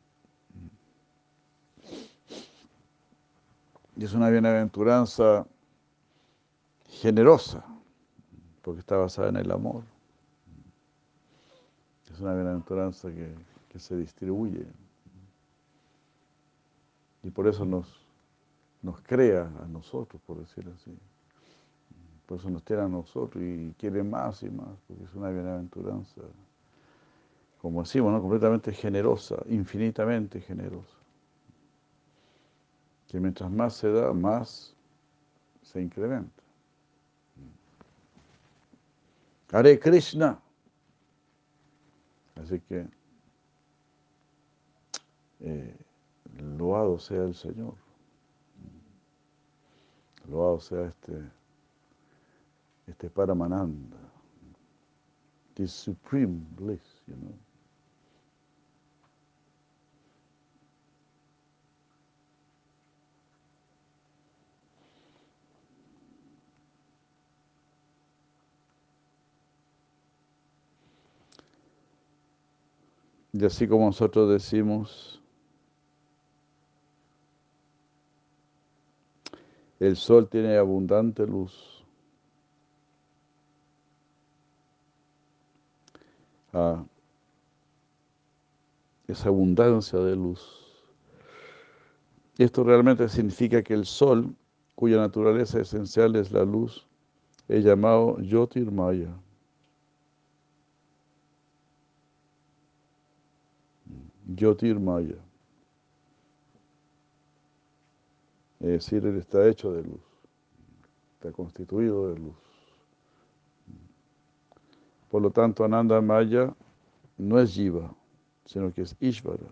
Y es una bienaventuranza generosa, porque está basada en el amor. Es una bienaventuranza que, que se distribuye. Y por eso nos, nos crea a nosotros, por decirlo así. Por eso nos tiene a nosotros y quiere más y más, porque es una bienaventuranza, como decimos, ¿no? Completamente generosa, infinitamente generosa. Que mientras más se da, más se incrementa. Hare Krishna. Así que, eh, loado sea el Señor. Loado sea este, este Paramananda. This supreme bliss, you know. Y así como nosotros decimos, el sol tiene abundante luz. Ah, esa abundancia de luz. Y esto realmente significa que el sol, cuya naturaleza esencial es la luz, es llamado Jyotirmaya. Jyotirmaya. Es decir, él está hecho de luz, está constituido de luz. Por lo tanto, Ananda Maya no es Jiva, sino que es Ishvara.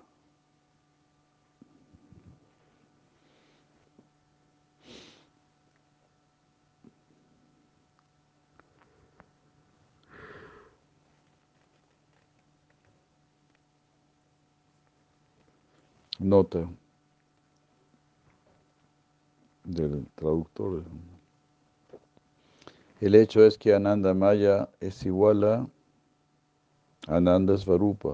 Nota del traductor. El hecho es que Ananda Maya es igual a Ananda Svarupa,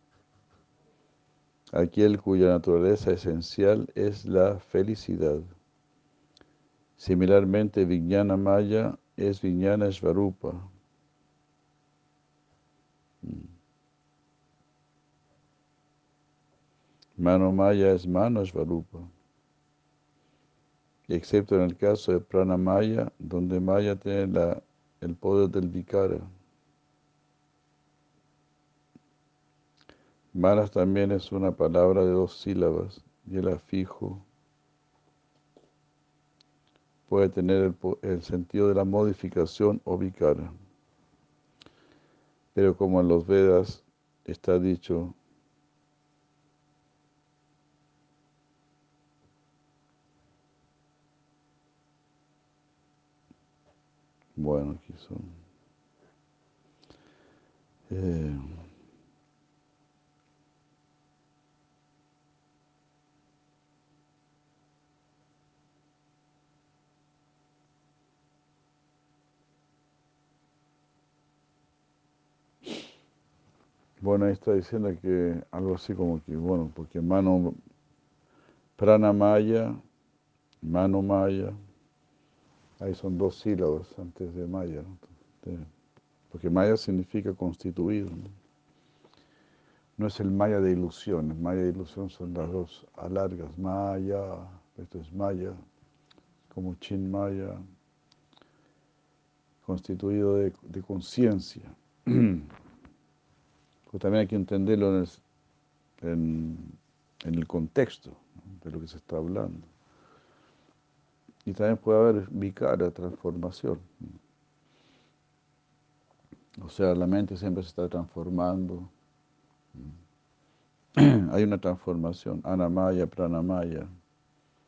aquel cuya naturaleza esencial es la felicidad. Similarmente, Vijnana Maya es Vijnana Svarupa. Mano Maya es Mano Svarupa. Excepto en el caso de Prana Maya, donde Maya tiene la, el poder del Vikara. Manas también es una palabra de dos sílabas y el afijo puede tener el, el sentido de la modificación o Vikara. Pero como en los Vedas está dicho, bueno, aquí son. Eh, bueno, ahí está diciendo que algo así como que, bueno, porque mano, prana maya, mano maya, ahí son dos sílabas antes de maya, ¿no? Entonces, porque maya significa constituido, ¿no? No es el maya de ilusiones, maya de ilusión son las dos alargas, maya, esto es maya, como chin maya, constituido de, de conciencia. Pues también hay que entenderlo en el, en, en el contexto, ¿no?, de lo que se está hablando. Y también puede haber vikara, transformación. O sea, la mente siempre se está transformando. Hay una transformación, anamaya, pranamaya.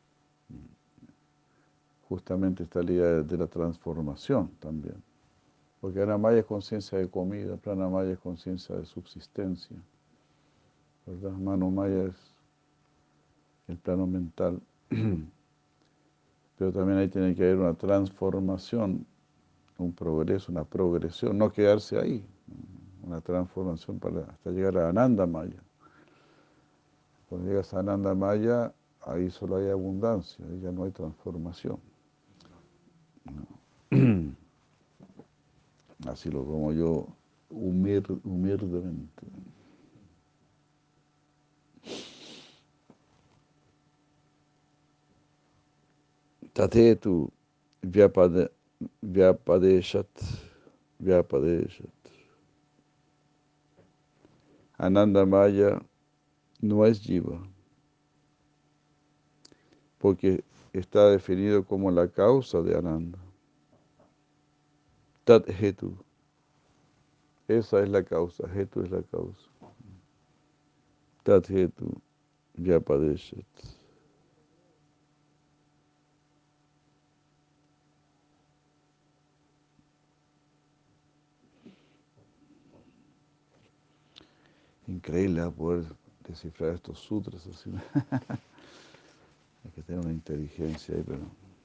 justamente esta idea de la transformación también. Porque Anamaya es conciencia de comida, Pranamaya es conciencia de subsistencia, ¿verdad? Manomaya es el plano mental. Pero también ahí tiene que haber una transformación, un progreso, una progresión, no quedarse ahí, una transformación para, hasta llegar a Ananda Maya. Cuando llegas a Ananda Maya, ahí solo hay abundancia, ahí ya no hay transformación. Así lo como yo humir, humildemente. Tatetu vyapade, vyapadeshat, vyapadeshat. Ananda Maya no es jiva, porque está definido como la causa de Ananda. Tat hetu, esa es la causa, hetu es la causa. Tat hetu vyapadeshat. Increíble, ¿eh? Poder descifrar estos sutras así. Hay que tener una inteligencia ahí, pero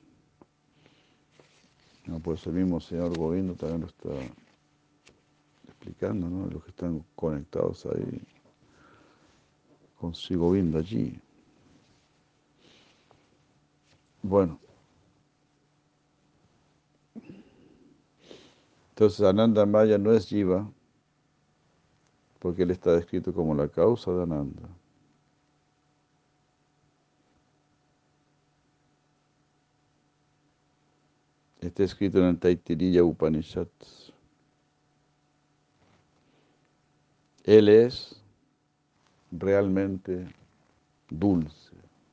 no, por eso el mismo señor Govindo también lo está explicando, ¿no? Los que están conectados ahí con Sri Govinda allí. Bueno, entonces Ananda Maya no es Jiva, porque él está descrito como la causa de Ananda. Está escrito en el Taittiriya Upanishad. Él es realmente dulce.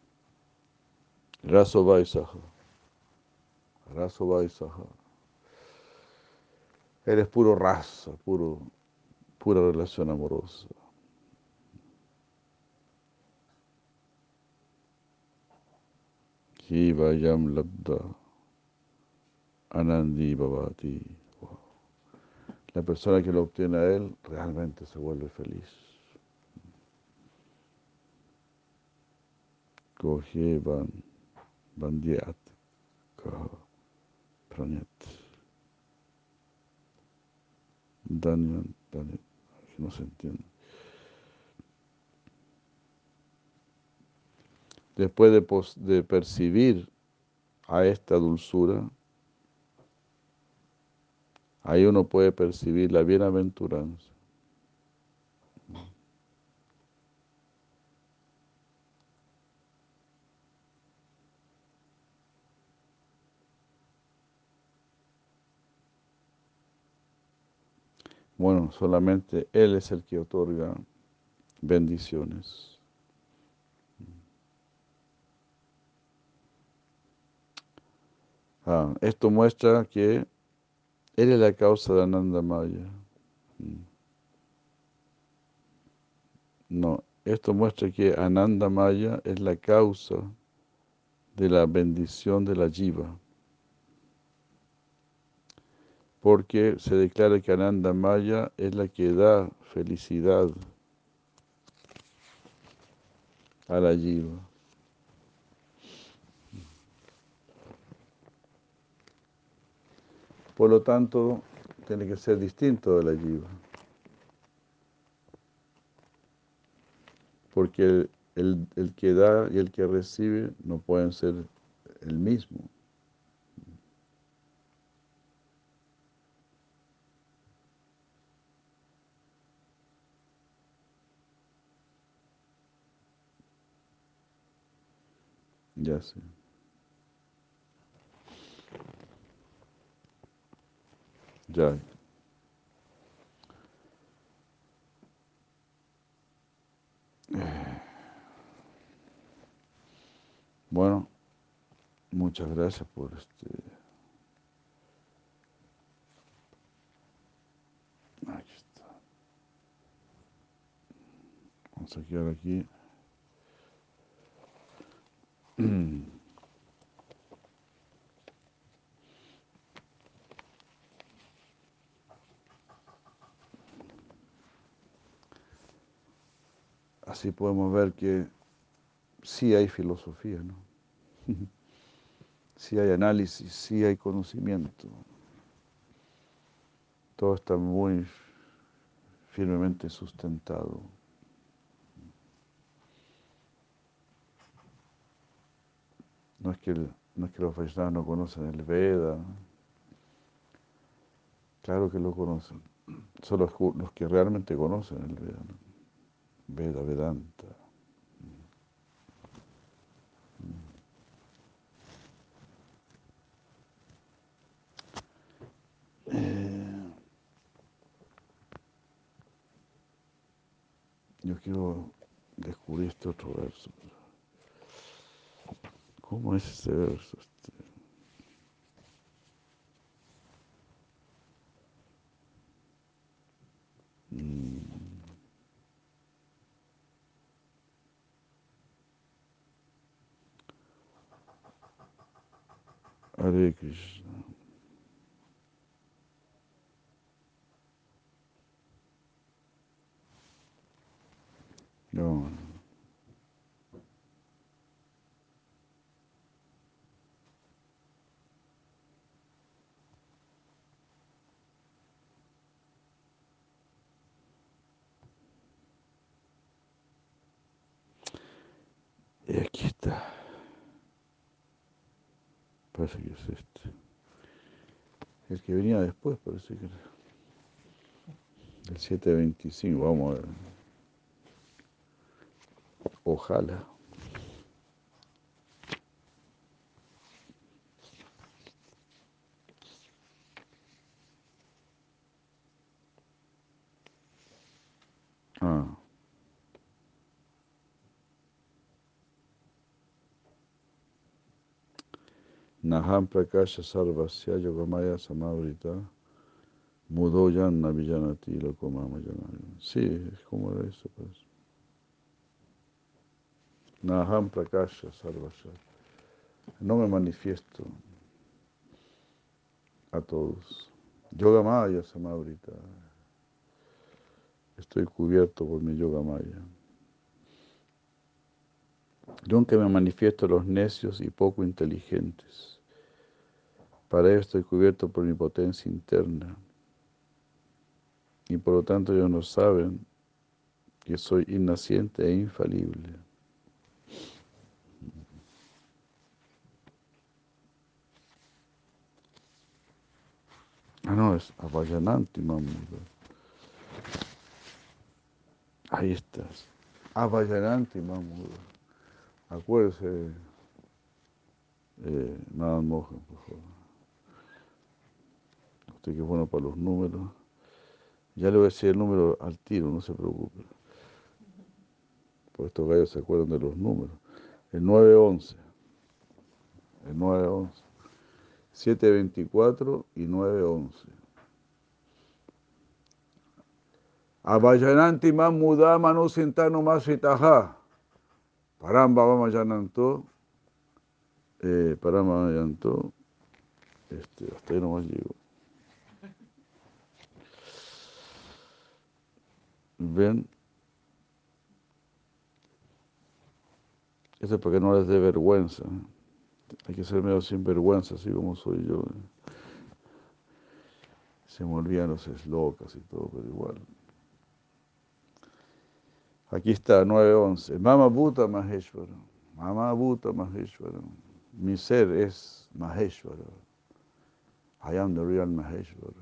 Raso Vaisaha. Raso Vaisaha. Él es puro rasa, puro, pura relación amorosa. Jiva Yam Labda Anandi Bhavati. Wow. La persona que lo obtiene a él realmente se vuelve feliz. Gohe Van Bandiat Kaha Pranyat. Danyan, Danyan. No se entiende. Después de, pos, de percibir a esta dulzura, ahí uno puede percibir la bienaventuranza. Bueno, solamente Él es el que otorga bendiciones. Ah, esto muestra que Él es la causa de Ananda Maya. No, esto muestra que Ananda Maya es la causa de la bendición de la jiva. Porque se declara que Ananda Maya es la que da felicidad a la jiva. Por lo tanto, tiene que ser distinto de la jiva. Porque el, el, el que da y el que recibe no pueden ser el mismo. Ya sé. Ya. Bueno, muchas gracias por este. Aquí está. Vamos a quedar aquí. así podemos ver que sí hay filosofía, ¿no? Sí hay análisis, sí hay conocimiento. Todo está muy firmemente sustentado. No es que, el, no es que los Vaishnavas no conocen el Veda, claro que lo conocen. Son los, los que realmente conocen el Veda, ¿no? Veda, Vedanta. Eh, yo quiero descubrir este otro verso. ¿Cómo es ese verso? Este? Mm. Hare Krishna. No. Y aquí está. Parece que es este. El que venía después, parece que era. El siete veinticinco, vamos a ver. Ojalá. Ah. Naham prakasha sarvasya yogamaya samavrita mudoyan navijanati lokomama janaya. Sí, es como era eso, pues. Naham prakasha sarvasya. No me manifiesto a todos. Yogamaya samavrita. Estoy cubierto por mi yogamaya. Yo aunque me manifiesto a los necios y poco inteligentes. Para ello estoy cubierto por mi potencia interna. Y por lo tanto ellos no saben que soy innaciente e infalible. Ah, no, es Avayananti Mamuda. Ahí estás. Avayananti Mamuda. Acuérdese, eh, nada Mohan, por favor. Usted que es bueno para los números. Ya le voy a decir el número al tiro, no se preocupe. Por estos gallos se acuerdan de los números. El nueve once. El nueve once. siete veinticuatro y nueve once. Avayananti Mamuda Manusintano Masitaha. Paramba Vamayananto. Eh, Paramba Vamayanto. Este, hasta ahí nomás llego. Ven, eso es porque no les dé vergüenza. Hay que ser medio sin vergüenza, así como soy yo. Se me olvidan los eslocas y todo, pero igual. Aquí está, nueve once. Mama Bhuta Maheshwara. Mama Bhuta Maheshwara. Mi ser es Maheshwara. I am the real Maheshwara.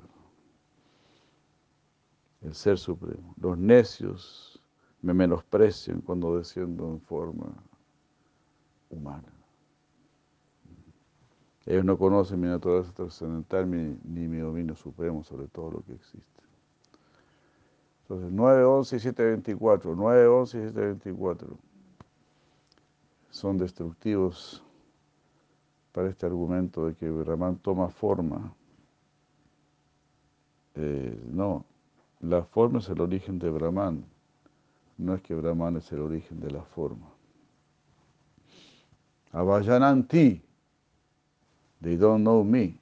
El ser supremo. Los necios me menosprecian cuando desciendo en forma humana. Ellos no conocen mi naturaleza trascendental ni, ni mi dominio supremo sobre todo lo que existe. Entonces, nueve once y siete veinticuatro. nueve once y siete veinticuatro son destructivos para este argumento de que Brahman toma forma. Eh, no, la forma es el origen de Brahman. No es que Brahman es el origen de la forma. Avayananti. They don't know me.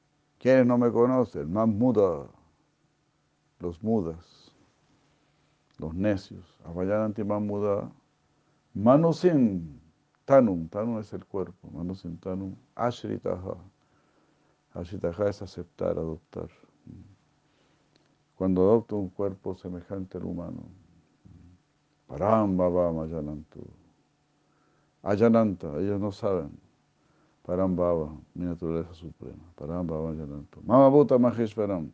¿Quiénes no me conocen? Más muda. Los mudas. los necios. Avayananti Mamuda, Manusin Tanum, Tanum es el cuerpo, Manusin Tanum, Ashritaha. Ashritaha es aceptar, adoptar. Cuando adopto un cuerpo semejante al humano, Parambhava Mayanantu. Ayananta, ellos no saben. Parambhava, mi naturaleza suprema. Parambhava Mayanantu. Mama Bhuta Maheshwaram.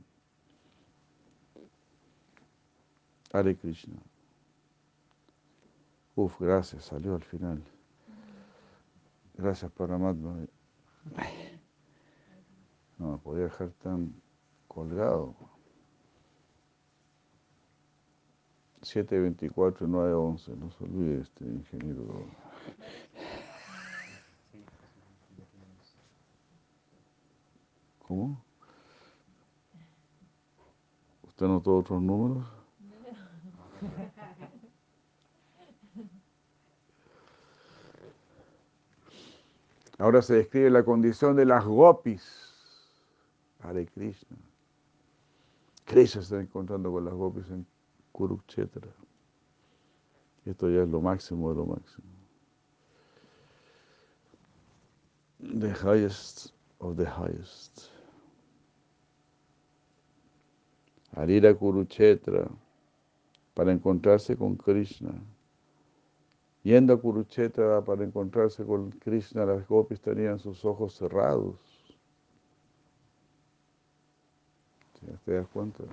Hare Krishna. Uf, gracias, salió al final. Gracias, Paramatma. No me podía dejar tan colgado. siete veinticuatro y nueve once, no se olvide este ingeniero. ¿Cómo? ¿Usted anotó otros números? Ahora se describe la condición de las gopis. Hare Krishna. Krishna se está encontrando con las gopis en Kurukshetra. Esto ya es lo máximo de lo máximo. The highest of the highest. Al ir a Kurukshetra para encontrarse con Krishna. Yendo a Kurukshetra para encontrarse con Krishna, las gopis tenían sus ojos cerrados. ¿Te das cuenta?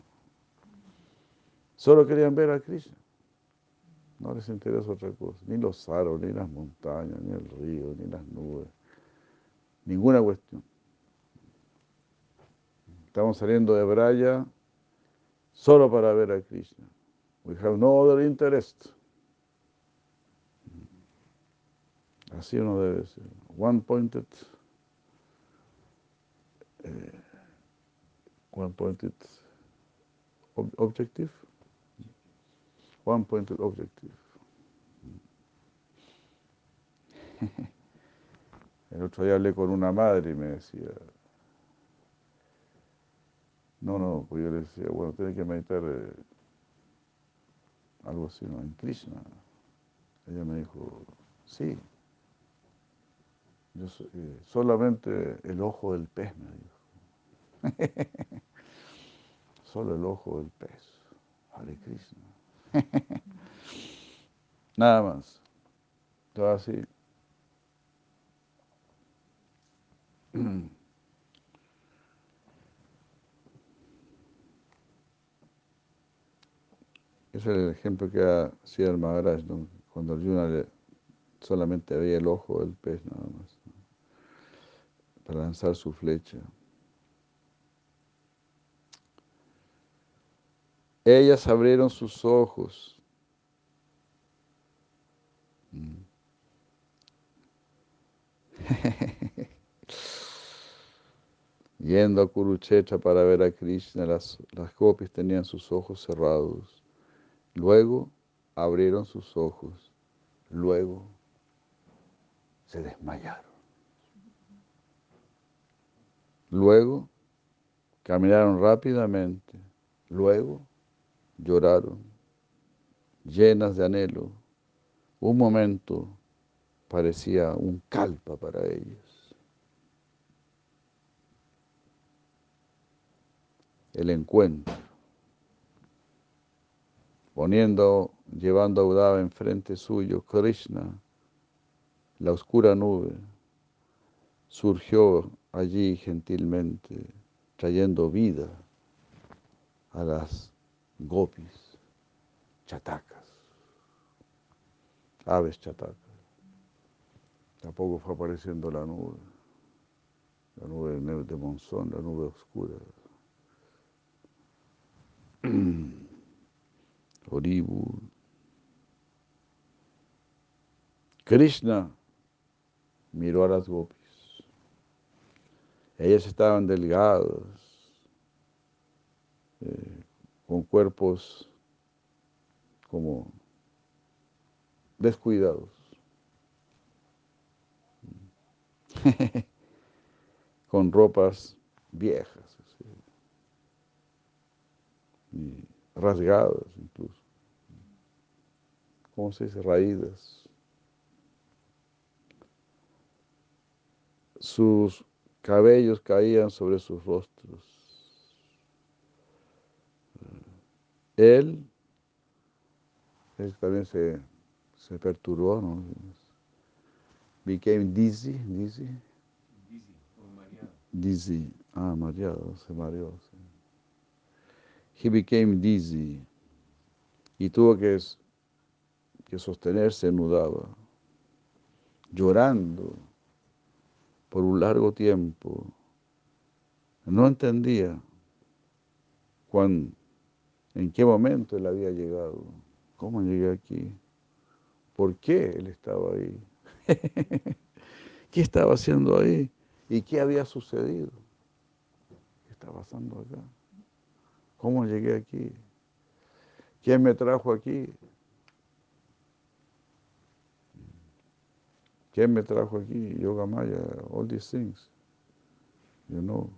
Solo querían ver a Krishna. No les interesa otra cosa. Ni los aros, ni las montañas, ni el río, ni las nubes. Ninguna cuestión. Estamos saliendo de Braya solo para ver a Krishna. We have no other interest. Así uno debe ser. One pointed. Eh, one pointed ob objective. One pointed objective. El otro día hablé con una madre y me decía, no, no, pues yo le decía, bueno, tiene que meditar eh, algo así, ¿no? En Krishna. Ella me dijo, sí, yo soy, eh, solamente el ojo del pez, me dijo. Solo el ojo del pez. Hare Krishna. Nada más. Todo así. Ese es el ejemplo que hacía el Maharaj, ¿no? Cuando Arjuna le, solamente veía el ojo del pez nada más, ¿no? Para lanzar su flecha. Ellas abrieron sus ojos. Yendo a Kurukshetra para ver a Krishna, las, las gopis tenían sus ojos cerrados. Luego abrieron sus ojos. Luego se desmayaron. Luego caminaron rápidamente. Luego lloraron, llenas de anhelo. Un momento parecía un kalpa para ellos. El encuentro. Poniendo, llevando a Uddhava enfrente suyo, Krishna, la oscura nube, surgió allí gentilmente, trayendo vida a las gopis, chatakas, aves chatakas. Tampoco fue apareciendo la nube, la nube de monzón, la nube oscura. Oribu. Krishna miró a las gopis. Ellas estaban delgadas, eh, con cuerpos como descuidados. Con ropas viejas, así, y rasgadas incluso. ¿cómo se dice? Raídas. Sus cabellos caían sobre sus rostros. Él, él también se, se perturbó, ¿no? Became dizzy, dizzy. Dizzy, o mareado. Dizzy. Ah, mareado, se mareó. Sí. He became dizzy. Y tuvo que, que sostenerse enudado, llorando por un largo tiempo. No entendía cuán, en qué momento él había llegado. ¿Cómo llegué aquí? ¿Por qué él estaba ahí? ¿Qué estaba haciendo ahí? ¿Y qué había sucedido? ¿Qué está pasando acá? ¿Cómo llegué aquí? ¿Quién me trajo aquí? ¿Quién me trajo aquí? Yoga Maya, all these things, you know.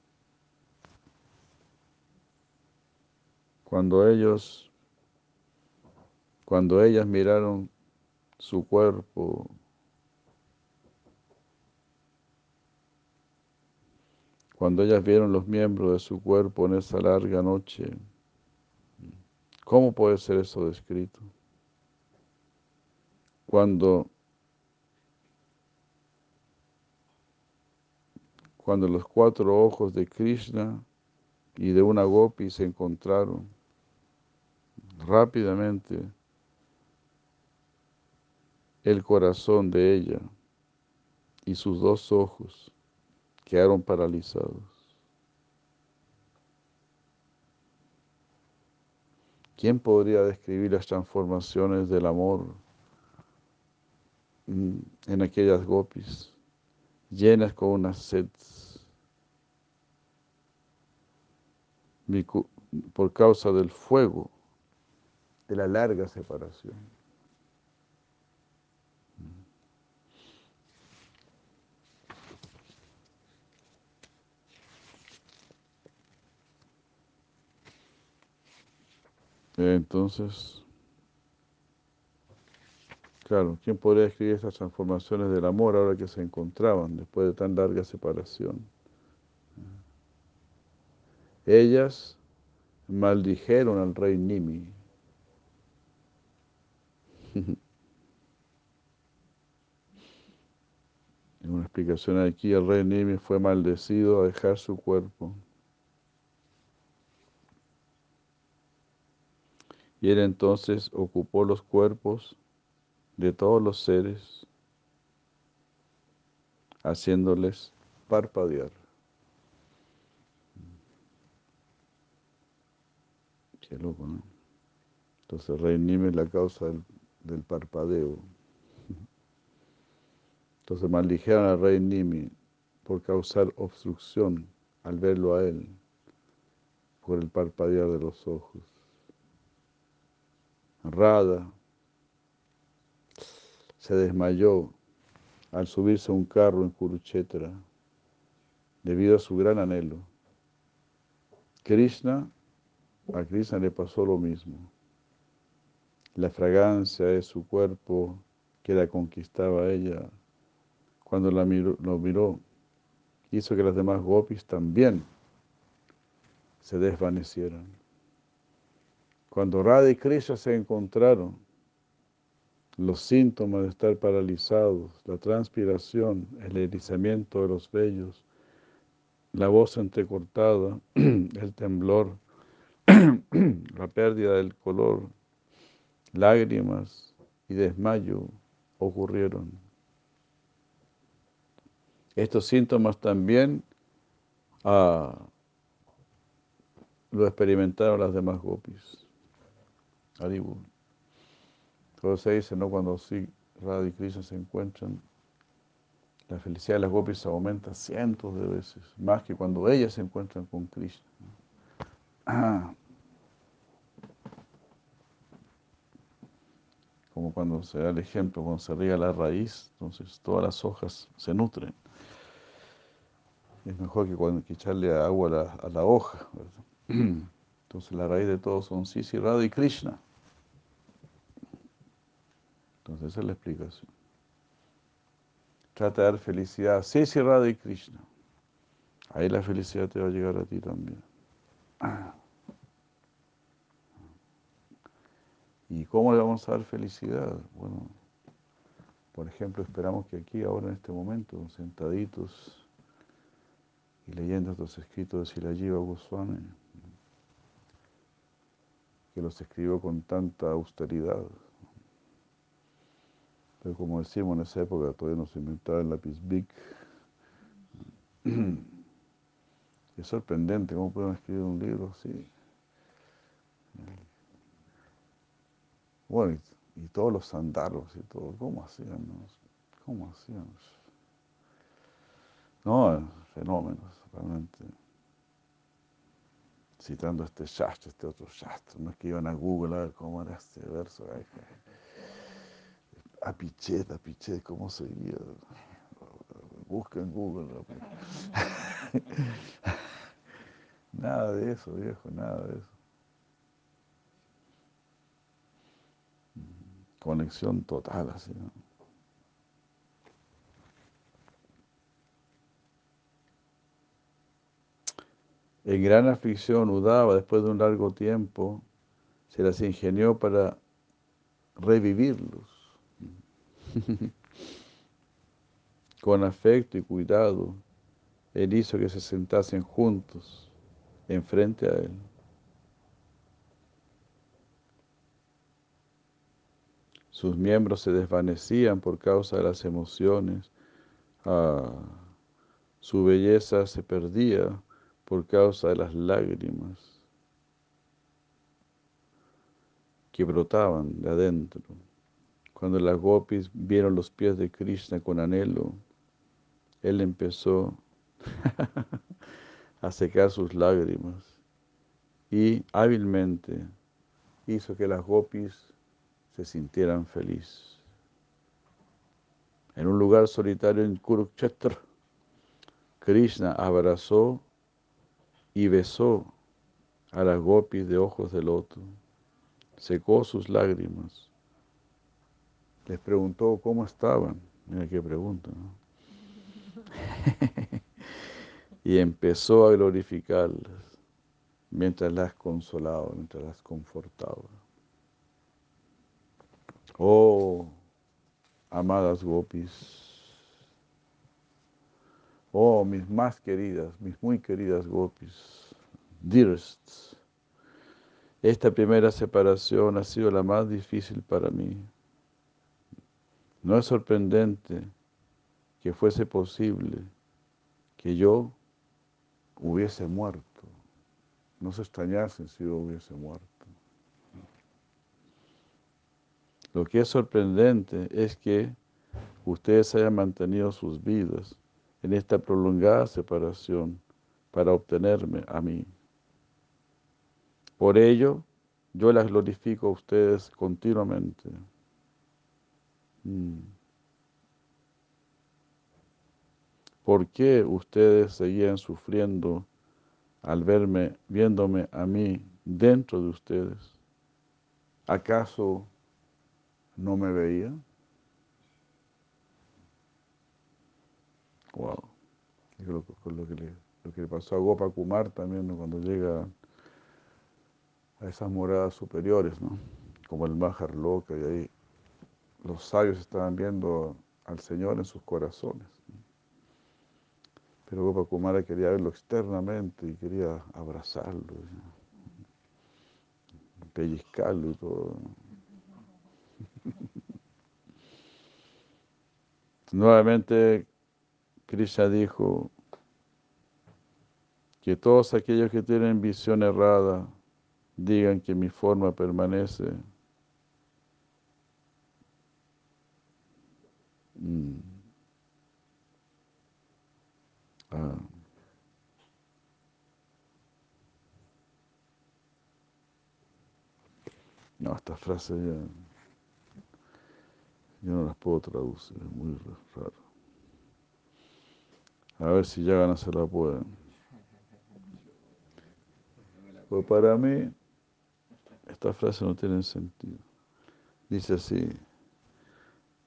Cuando ellos, cuando ellas miraron su cuerpo, cuando ellas vieron los miembros de su cuerpo en esa larga noche, ¿cómo puede ser eso descrito? Cuando, cuando los cuatro ojos de Krishna y de una gopi se encontraron rápidamente, el corazón de ella y sus dos ojos quedaron paralizados. ¿Quién podría describir las transformaciones del amor en aquellas gopis, llenas con una sed por causa del fuego de la larga separación? Entonces, claro, ¿quién podría describir estas transformaciones del amor ahora que se encontraban después de tan larga separación? Ellas maldijeron al rey Nimi. En una explicación aquí, el rey Nimi fue maldecido a dejar su cuerpo. Y él entonces ocupó los cuerpos de todos los seres, haciéndoles parpadear. Qué loco, ¿no? Entonces el rey Nimi es la causa del, del parpadeo. Entonces maldijeron al rey Nimi por causar obstrucción al verlo a él, por el parpadear de los ojos. Radha se desmayó al subirse a un carro en Kurukshetra debido a su gran anhelo. Krishna, a Krishna le pasó lo mismo. La fragancia de su cuerpo que la conquistaba a ella, cuando la miró, lo miró, hizo que las demás gopis también se desvanecieran. Cuando Radha y Krishna se encontraron, los síntomas de estar paralizados, la transpiración, el erizamiento de los vellos, la voz entrecortada, el temblor, la pérdida del color, lágrimas y desmayo ocurrieron. Estos síntomas también ah, lo experimentaron las demás gopis. Haribol. Todo se dice, ¿no? Cuando sí, Radha y Krishna se encuentran, la felicidad de las gopis aumenta cientos de veces, más que cuando ellas se encuentran con Krishna. Ah, como cuando se da el ejemplo, cuando se riega la raíz, entonces todas las hojas se nutren. Es mejor que cuando hay que echarle agua a la, a la hoja, ¿verdad? Entonces la raíz de todos son Sisi, Radha y Krishna. Entonces esa es la explicación. Trata de dar felicidad. Sí, sí, Radha y Krishna. Ahí la felicidad te va a llegar a ti también. ¿Y cómo le vamos a dar felicidad? Bueno, por ejemplo, esperamos que aquí, ahora en este momento, sentaditos y leyendo estos escritos de Srilajiva Goswami, que los escribió con tanta austeridad. Pero como decimos, en esa época todavía no se inventaba el lápiz Bic. Es sorprendente cómo pueden escribir un libro así. Bueno, y, y todos los sandaros y todo, ¿cómo hacían? No? ¿Cómo hacían? No, fenómenos, realmente. Citando este shastra, este otro shastra, no es que iban a Google a ver cómo era este verso. Ay, a Pichet, a Pichet, ¿cómo seguía? Busca en Google. Nada de eso, viejo, nada de eso. Conexión total, así, ¿no? En gran aflicción, Udava, después de un largo tiempo, se las ingenió para revivirlos. Con afecto y cuidado, él hizo que se sentasen juntos enfrente a él. Sus miembros se desvanecían por causa de las emociones. Ah, su belleza se perdía por causa de las lágrimas que brotaban de adentro. Cuando las gopis vieron los pies de Krishna con anhelo, él empezó a secar sus lágrimas y hábilmente hizo que las gopis se sintieran felices. En un lugar solitario en Kurukshetra, Krishna abrazó y besó a las gopis de ojos de loto, secó sus lágrimas, les preguntó cómo estaban, mira qué pregunta, ¿no? Y empezó a glorificarlas mientras las consolaba, mientras las confortaba. Oh, amadas gopis, oh, mis más queridas, mis muy queridas gopis, dearest, esta primera separación ha sido la más difícil para mí. No es sorprendente que fuese posible que yo hubiese muerto. No se extrañasen si yo hubiese muerto. Lo que es sorprendente es que ustedes hayan mantenido sus vidas en esta prolongada separación para obtenerme a mí. Por ello, yo las glorifico a ustedes continuamente. Mm. ¿Por qué ustedes seguían sufriendo al verme, viéndome a mí dentro de ustedes? ¿Acaso no me veían? Wow. Es lo, lo, que le, lo que le pasó a Gopa Kumar también, ¿no? Cuando llega a esas moradas superiores, ¿no? Como el Mahar Loka, y ahí los sabios estaban viendo al Señor en sus corazones. Pero Gopa Kumara quería verlo externamente y quería abrazarlo, ¿no? Pellizcarlo y todo. Nuevamente Krishna dijo que todos aquellos que tienen visión errada digan que mi forma permanece. Mm. Ah. No, estas frases ya, yo no las puedo traducir, es muy raro. A ver si ya no se la pueden. Pues para mí, estas frases no tienen sentido. Dice así: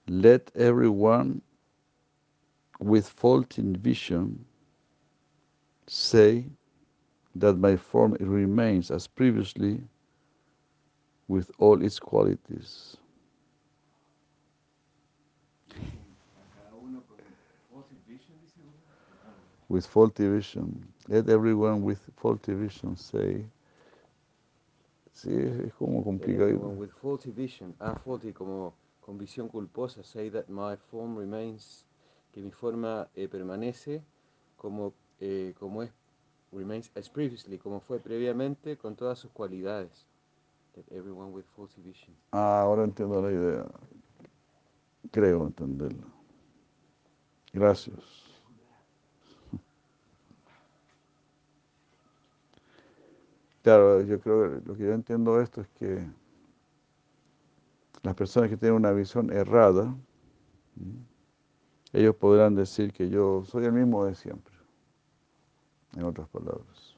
Let everyone with faulty vision say that my form remains as previously with all its qualities. Cada uno con faulty vision, dice uno. With faulty vision. Let everyone with faulty vision say. Sí, es como Let complicado. everyone with faulty vision, ah, faulty como con visión culposa, say that my form remains, que mi forma eh, permanece como, eh, como es, remains as previously, como fue previamente, con todas sus cualidades. Let everyone with faulty vision. Ah, ahora entiendo la idea. Creo entenderlo. Gracias. Claro, yo creo que lo que yo entiendo de esto es que las personas que tienen una visión errada, ¿m? ellos podrán decir que yo soy el mismo de siempre, en otras palabras.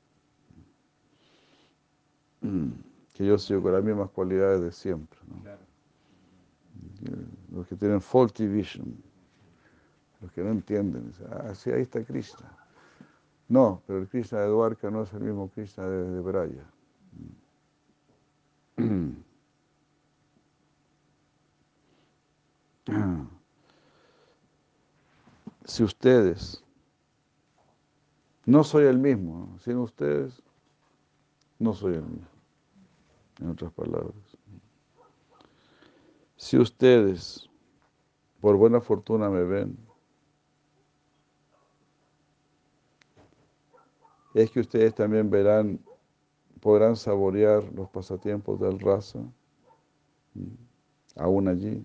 Mm. Que yo sigo con las mismas cualidades de siempre, ¿no? Claro. Los que tienen faulty vision, los que no entienden, dicen, ah, sí, ahí está Krishna. No, pero el Krishna de Dwarka no es el mismo Krishna de, de Braya. Si ustedes, no soy el mismo, ¿no? Sin ustedes, no soy el mismo, en otras palabras. Si ustedes, por buena fortuna, me ven, es que ustedes también verán, podrán saborear los pasatiempos del rasa, ¿m? Aún allí.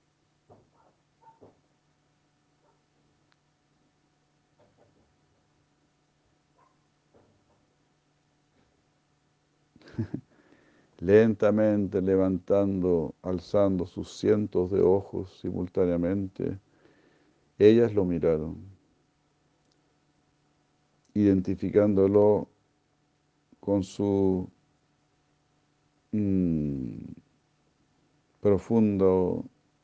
Lentamente levantando, alzando sus cientos de ojos simultáneamente, ellas lo miraron, identificándolo con su mmm, profundo,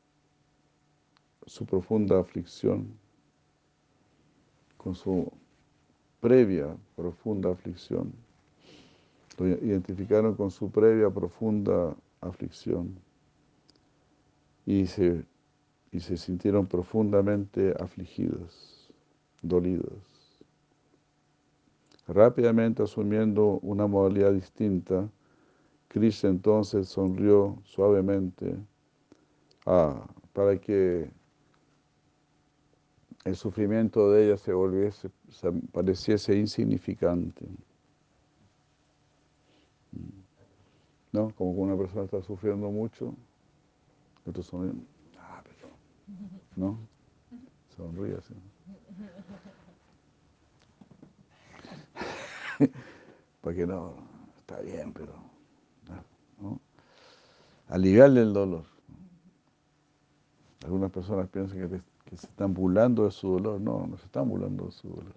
su profunda aflicción, con su previa profunda aflicción. Lo identificaron con su previa profunda aflicción y se, y se sintieron profundamente afligidas, dolidas. Rápidamente asumiendo una modalidad distinta, Krishna entonces sonrió suavemente ah, para que el sufrimiento de ella se volviese, se pareciese insignificante. ¿No? Como cuando una persona está sufriendo mucho, el otro sonríe, ah, pero, ¿no? Sonríe así. Porque no, está bien, pero, ¿no? Aliviarle el dolor. Algunas personas piensan que, te, que se están burlando de su dolor. No, no se están burlando de su dolor.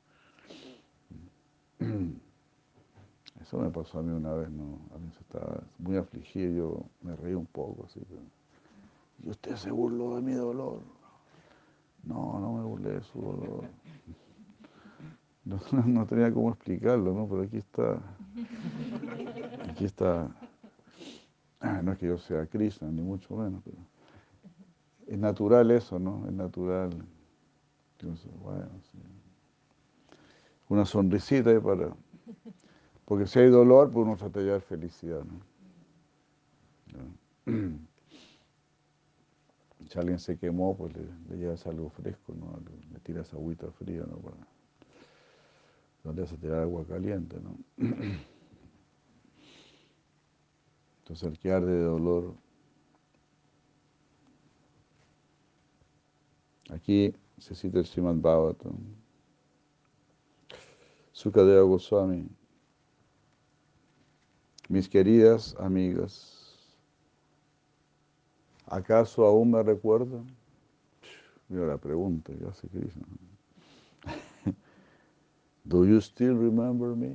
Eso me pasó a mí una vez, ¿no? A mí estaba muy afligido y yo me reí un poco, así. Pero, ¿y usted se burló de mi dolor? No, no me burlé de su dolor. No, no tenía cómo explicarlo, ¿no? Pero aquí está, aquí está, no es que yo sea Krishna, ni mucho menos, pero es natural eso, ¿no? Es natural. Entonces, bueno, sí. Una sonrisita ahí para... Porque si hay dolor, pues uno trata de hallar felicidad, ¿no? ¿No? Si alguien se quemó, pues le, le llevas algo fresco, ¿no? Le tiras agüita fría, ¿no? Para, no le vas a tirar agua caliente, ¿no? Entonces el que arde de dolor, aquí se cita el Srimad Bhagavatam, Sukadeva Goswami, mis queridas amigas, ¿acaso aún me recuerdan? Mira la pregunta que hace Krishna. Do you still remember me?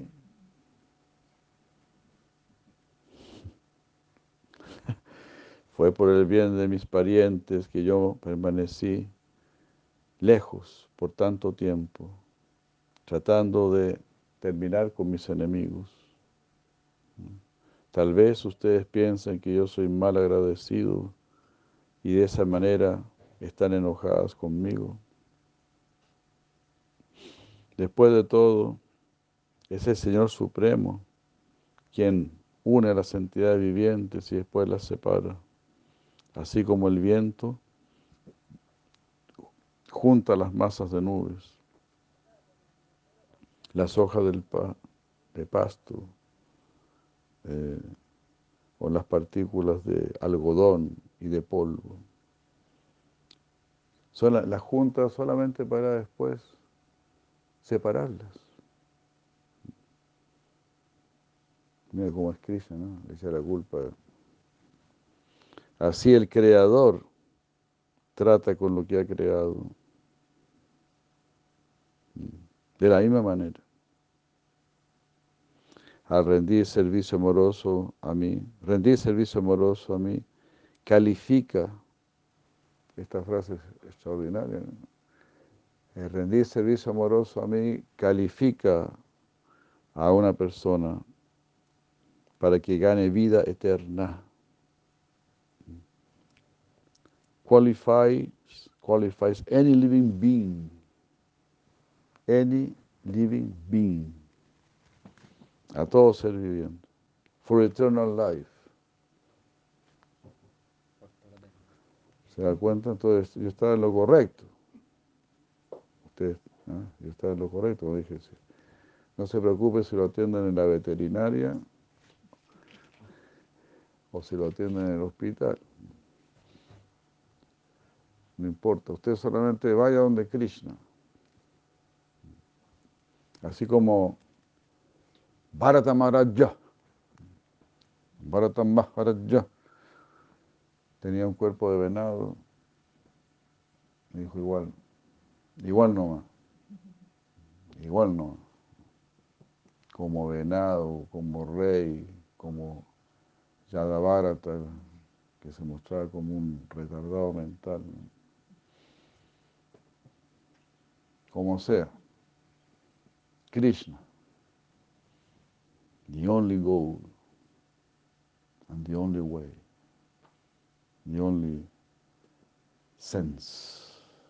Fue por el bien de mis parientes que yo permanecí lejos por tanto tiempo, tratando de terminar con mis enemigos. Tal vez ustedes piensen que yo soy mal agradecido y de esa manera están enojadas conmigo. Después de todo, es el Señor Supremo quien une a las entidades vivientes y después las separa. Así como el viento junta las masas de nubes, las hojas del pa de pasto, eh, o las partículas de algodón y de polvo. Son las la juntas solamente para después separarlas. Mira cómo es Krishna, ¿no? Le echa la culpa. Así el Creador trata con lo que ha creado. De la misma manera. Al rendir servicio amoroso a mí, rendir servicio amoroso a mí, califica, esta frase es extraordinaria, ¿no? El rendir servicio amoroso a mí califica a una persona para que gane vida eterna. Qualifies, qualifies any living being, any living being, a todo ser viviente, for eternal life. ¿Se da cuenta? Entonces, yo estaba en lo correcto. Usted, ¿no? Yo estaba en lo correcto, como dije. Sí. No se preocupe si lo atienden en la veterinaria o si lo atienden en el hospital. No importa, usted solamente vaya donde Krishna. Así como Bharata Maharaja, Bharata Maharaja tenía un cuerpo de venado, me dijo igual, igual nomás, igual no, como venado, como rey, como Yadabharata, que se mostraba como un retardado mental, ¿no? Como sea, Krishna, the only goal and the only way, the only sense.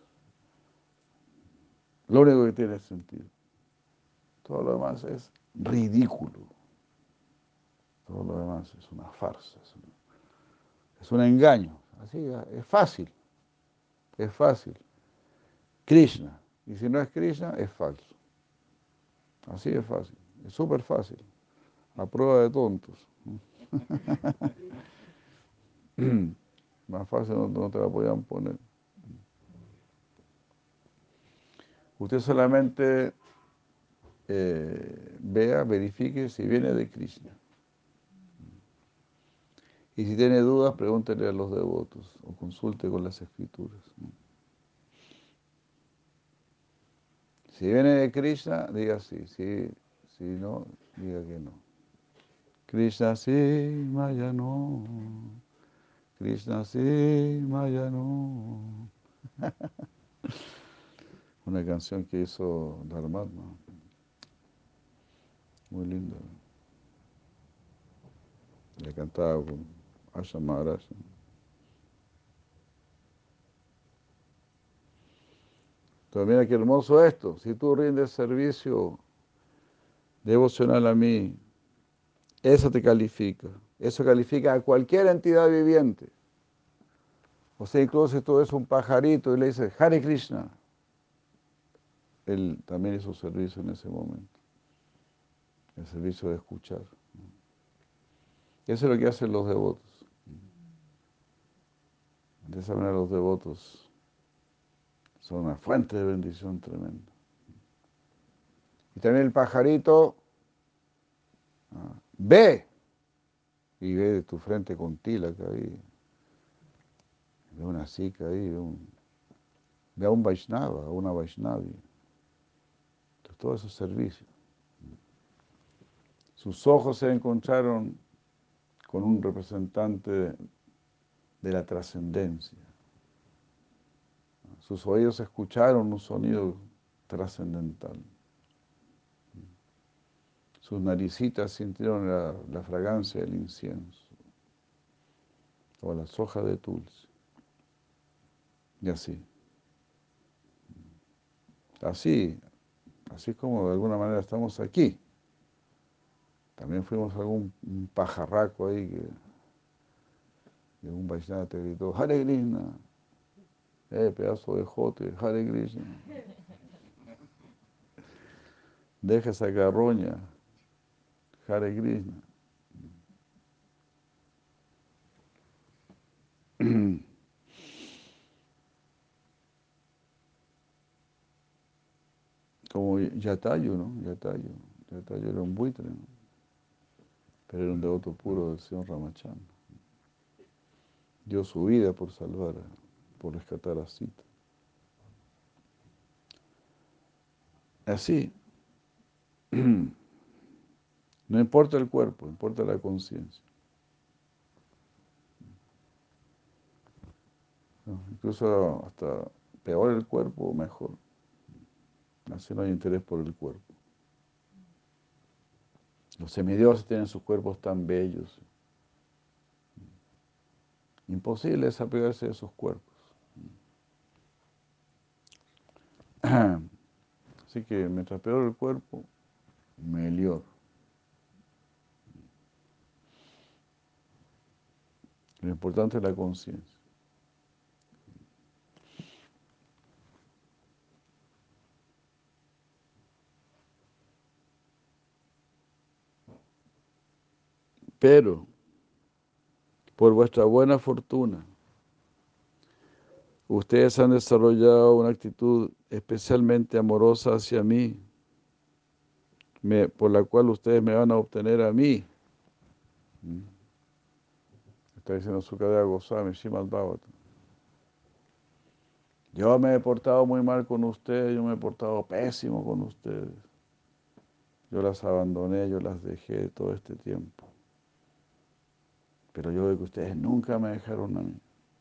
Lo único que tiene sentido. Todo lo demás es ridículo. Todo lo demás es una farsa, es un, es un engaño. Así es fácil, es fácil. Krishna, y si no es Krishna, es falso. Así es fácil, es súper fácil, a prueba de tontos. Más fácil no, no te la podían poner. Usted solamente eh, vea, verifique si viene de Krishna. Y si tiene dudas, pregúntele a los devotos o consulte con las escrituras. Si viene de Krishna, diga sí. Si, si no, diga que no. Krishna sí, Maya no. Krishna sí, Maya no. Una canción que hizo Dharmadma. Muy linda. La cantaba con Asha Maharaj. Entonces mira qué hermoso esto. Si tú rindes servicio devocional a mí, eso te califica. Eso califica a cualquier entidad viviente. O sea, incluso si tú ves un pajarito y le dices, Hare Krishna, él también hizo servicio en ese momento. El servicio de escuchar. Eso es lo que hacen los devotos. De esa manera los devotos son una fuente de bendición tremenda. Y también el pajarito ah, ve, y ve tu frente con tilak ahí, ve una sika ahí, ve, un, ve a un Vaishnava, a una Vaishnavi. Entonces, todo eso es servicio. Sus ojos se encontraron con un representante de la trascendencia. Sus oídos escucharon un sonido trascendental. Sus naricitas sintieron la, la fragancia del incienso o las hojas de tulsi. Y así. Así, así como de alguna manera estamos aquí. También fuimos a algún un pajarraco ahí que, que un Vaishnava te gritó, Hare Krishna, eh, pedazo de jote, Hare Krishna. Deja esa carroña, Hare Krishna. Como Yatayu, ¿no? Yatayu. Yatayu era un buitre, ¿no? Pero era un devoto puro del señor Ramachandra. Dio su vida por salvar, por rescatar a Sita. Así, no importa el cuerpo, importa la conciencia. ¿No? Incluso hasta peor el cuerpo, mejor. Así no hay interés por el cuerpo. Los semidioses tienen sus cuerpos tan bellos. Imposible desapegarse de sus cuerpos. Así que mientras peor el cuerpo, mejor. Lo importante es la conciencia. Pero, por vuestra buena fortuna, ustedes han desarrollado una actitud especialmente amorosa hacia mí, me, por la cual ustedes me van a obtener a mí. Está diciendo Sukadeva Goswami, Srimad Bhagavatam. Yo me he portado muy mal con ustedes, yo me he portado pésimo con ustedes. Yo las abandoné, yo las dejé todo este tiempo. Pero yo veo que ustedes nunca me dejaron a mí.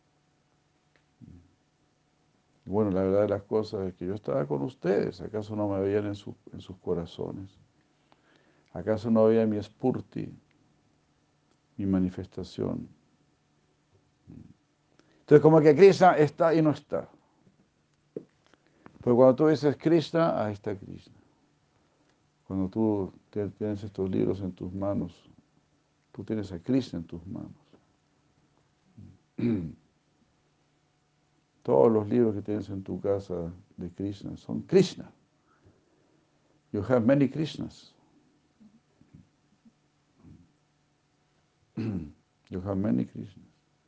Y bueno, la verdad de las cosas es que yo estaba con ustedes. ¿Acaso no me veían en, su, en sus corazones? ¿Acaso no veían mi spurti, mi manifestación? Entonces, como que Krishna está y no está. Porque cuando tú dices Krishna, ahí está Krishna. Cuando tú tienes estos libros en tus manos, tú tienes a Krishna en tus manos. Todos los libros que tienes en tu casa de Krishna son Krishna. You have many Krishnas. You have many Krishnas.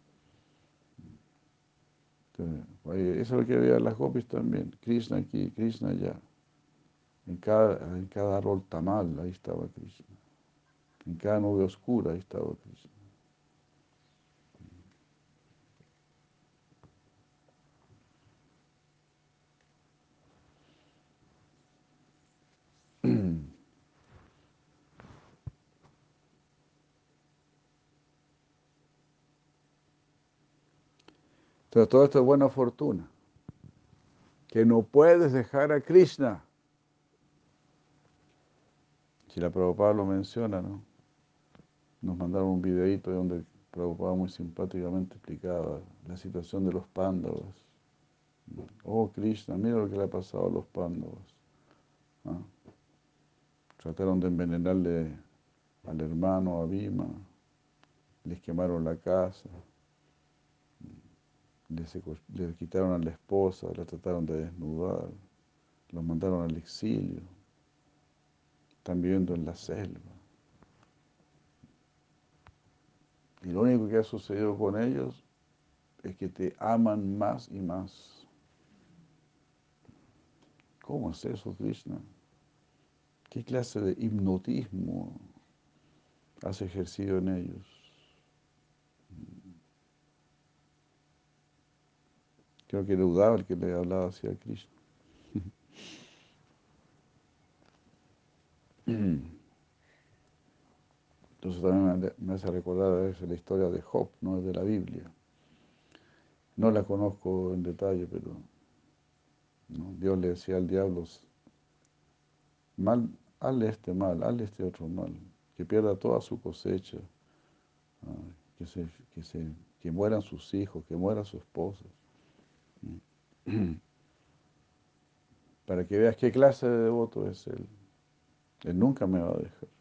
Entonces, oye, eso es lo que veían las gopis también. Krishna aquí, Krishna allá. En cada, en cada árbol tamal, ahí estaba Krishna. En cada nube oscura, ahí estaba Krishna. Entonces, todo esto es buena fortuna. Que no puedes dejar a Krishna. Si la Prabhupada lo menciona, ¿no? Nos mandaron un videíto donde Prabhupada muy simpáticamente explicaba la situación de los pándavas. Oh, Krishna, mira lo que le ha pasado a los pándavas. ¿Ah? Trataron de envenenarle al hermano, a Bhima, les quemaron la casa, les, les quitaron a la esposa, la trataron de desnudar, los mandaron al exilio, están viviendo en la selva. Y lo único que ha sucedido con ellos es que te aman más y más. ¿Cómo es eso, Krishna? ¿Qué clase de hipnotismo has ejercido en ellos? Creo que dudaba el que le hablaba hacia Krishna. Entonces también me hace recordar a veces la historia de Job, no es de la Biblia. No la conozco en detalle, pero ¿no? Dios le decía al diablo, mal, hazle este mal, hazle este otro mal, que pierda toda su cosecha, ah, que, se, que, se, que mueran sus hijos, que muera su esposa, para que veas qué clase de devoto es él. Él nunca me va a dejar.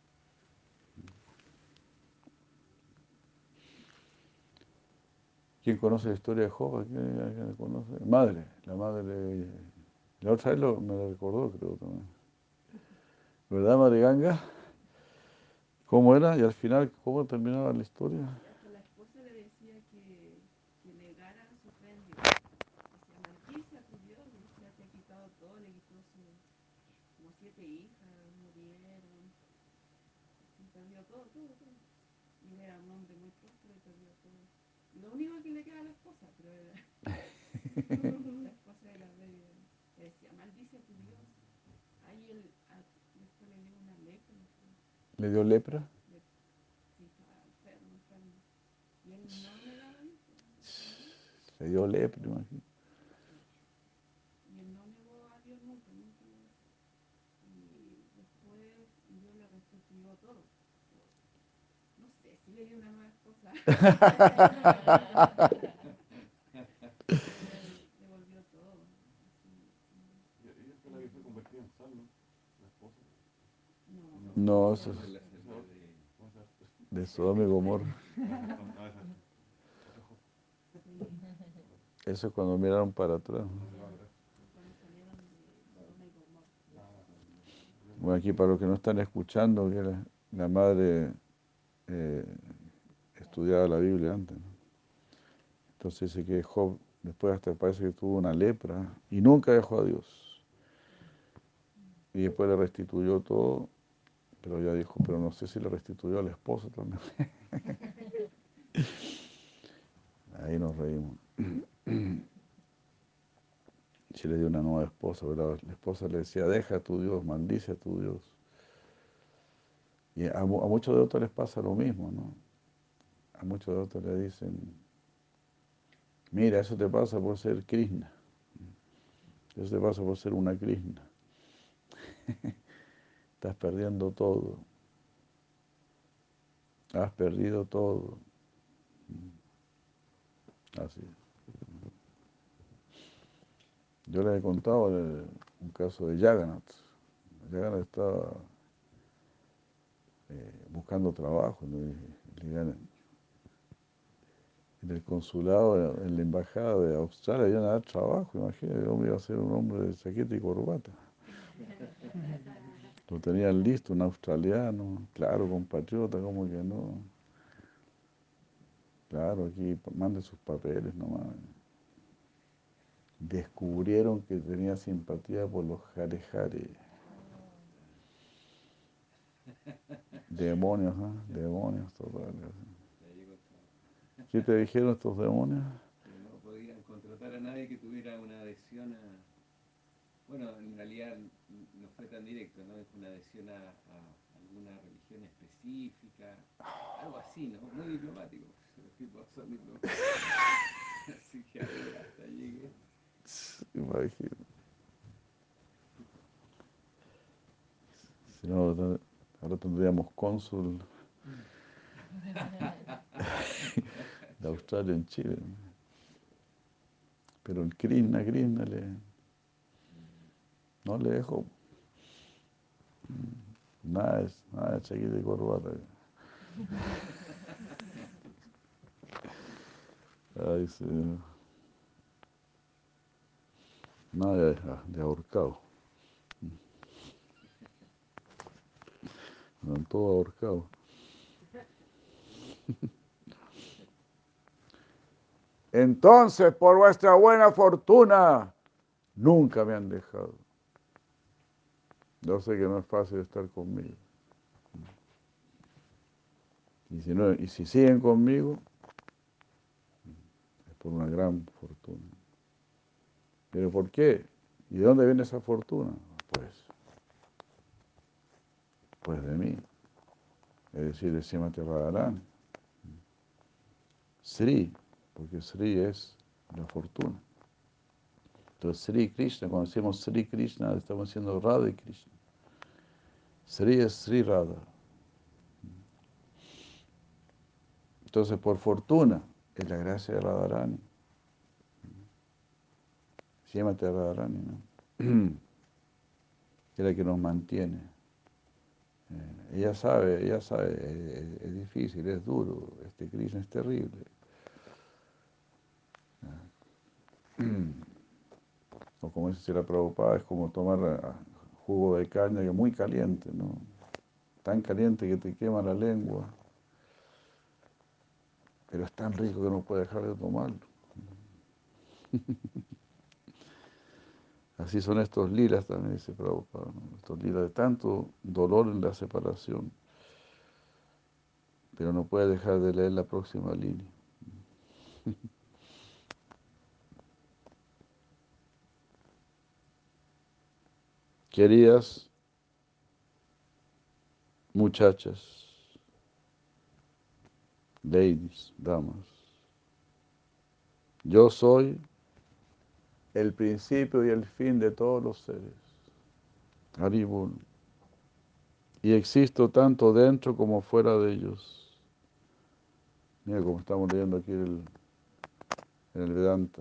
¿Quién conoce la historia de Job? ¿Quién, quién la conoce? Madre, la madre, la otra vez lo, me la recordó, creo también. ¿Verdad, Madre Ganga? ¿Cómo era? Y al final, ¿cómo terminaba la historia? Hasta la esposa le decía que, que negara su fe en Dios. Decía, maldice a tu Dios, y decía, te ha quitado todo, le quitó su, como siete hijas, murieron, y perdió todo, todo, todo. Y él era un hombre muy próspero y perdió todo. Lo único que le queda a la esposa, pero era, la esposa era medio, le decía, maldice a tu Dios. Ahí él, a, después le dio una lepra, ¿Le dio lepra? le, sí, estaba enfermo, enfermo. Y él no negaba a Dios, decía, no. Le dio lepra, imagínate. Y él no negó a Dios nunca, nunca negó. Y después Dios le restituyó todo. No sé si le dio una nueva esposa. Pero le devolvió todo. Así, Y ella fue la que fue convertida en sal, ¿no? La esposa. no, No, esa eso Esa es es no. la salió de... ¿Cómo se llama? de Sodoma y Gomorra. Ah, esa. Ese Job. Sí, Eso es cuando miraron para atrás. No se va a atrás. y cuando salieron de Sodoma y Gomorra. Ah, Bueno, aquí para los que no están escuchando, que la, la madre eh, estudiaba la Biblia antes, ¿no? Entonces dice que Job después hasta parece que tuvo una lepra y nunca dejó a Dios. Y después le restituyó todo, pero ya dijo, pero no sé si le restituyó al esposo también. Ahí nos reímos. Si le dio una nueva esposa, ¿verdad? La esposa le decía, deja a tu Dios, maldice a tu Dios. Y a, mu- a muchos de otros les pasa lo mismo, ¿no? A muchos de otros le dicen, mira, eso te pasa por ser Krishna, eso te pasa por ser una Krishna. Estás perdiendo todo, has perdido todo. Así. Yo le he contado eh, un caso de Jagannath. Jagannath estaba eh, buscando trabajo, ¿no? Y le ganan- en el consulado, en la embajada de Australia, iban a dar trabajo, imagínate, el hombre iba a ser un hombre de chaqueta y corbata. Lo tenían listo, un australiano, claro, compatriota, como que no. Claro, aquí pa- mande sus papeles nomás. Descubrieron que tenía simpatía por los Hare Hare. Demonios, ¿ah? Demonios totales. Ya llegó todo. ¿Qué te dijeron estos demonios? Que no podían contratar a nadie que tuviera una adhesión a... Bueno, en realidad n- no fue tan directo, ¿no? Es una adhesión a, a alguna religión específica, algo así, ¿no? Muy diplomático, los tipos son diplomáticos. Así que ahí hasta llegué. Imagínate. Si no, ahora ahora tendríamos cónsul de Australia en Chile. Pero el Krishna, Krishna le, no le dejó nada, de- nada de chaqueta y corbata. Ay, señor. Nada de, de ahorcado. Eran todos ahorcados. Entonces, por vuestra buena fortuna, nunca me han dejado. Yo sé que no es fácil estar conmigo. Y si, no, y si siguen conmigo, es por una gran fortuna. ¿Pero por qué? ¿Y de dónde viene esa fortuna? Pues, pues de mí. Es decir, de Srimati Radharani. Sri, porque Sri es la fortuna. Entonces, Sri Krishna, cuando decimos Sri Krishna, estamos diciendo Radha y Krishna. Sri es Sri Radha. Entonces, por fortuna, es la gracia de Radharani. Llámate a Radharani, ¿no? Es la que nos mantiene. Eh, ella sabe, ella sabe, es, es difícil, es duro, este Krishna es terrible. O como dice la Prabhupada, es como tomar uh, jugo de caña que es muy caliente, ¿no? Tan caliente que te quema la lengua, pero es tan rico que no puedes dejar de tomarlo. Así son estos lilas también, dice Prabhupada, ¿no? Estos lilas de tanto dolor en la separación, pero no puedes dejar de leer la próxima línea. Queridas muchachas, ladies, damas, yo soy el principio y el fin de todos los seres. Haribol. Y existo tanto dentro como fuera de ellos. Mira como estamos leyendo aquí el, en el Vedanta.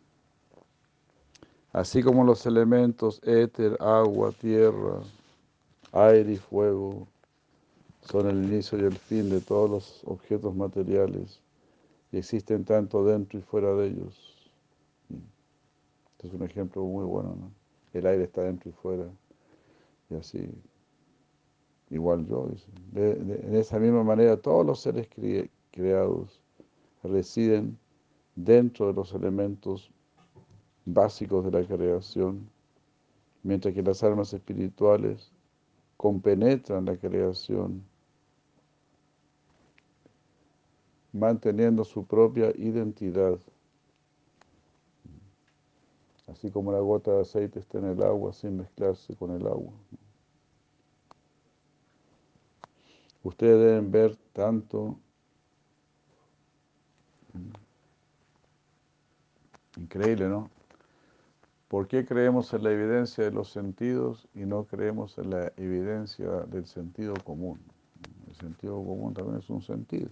Así como los elementos éter, agua, tierra, aire y fuego son el inicio y el fin de todos los objetos materiales y existen tanto dentro y fuera de ellos. Este es un ejemplo muy bueno, ¿no? El aire está dentro y fuera y así. Igual yo, dice. De, de, de esa misma manera todos los seres cre, creados residen dentro de los elementos básicos de la creación, mientras que las almas espirituales compenetran la creación, manteniendo su propia identidad. Así como la gota de aceite está en el agua sin mezclarse con el agua. Ustedes deben ver tanto, increíble, ¿no? ¿Por qué creemos en la evidencia de los sentidos y no creemos en la evidencia del sentido común? El sentido común también es un sentido.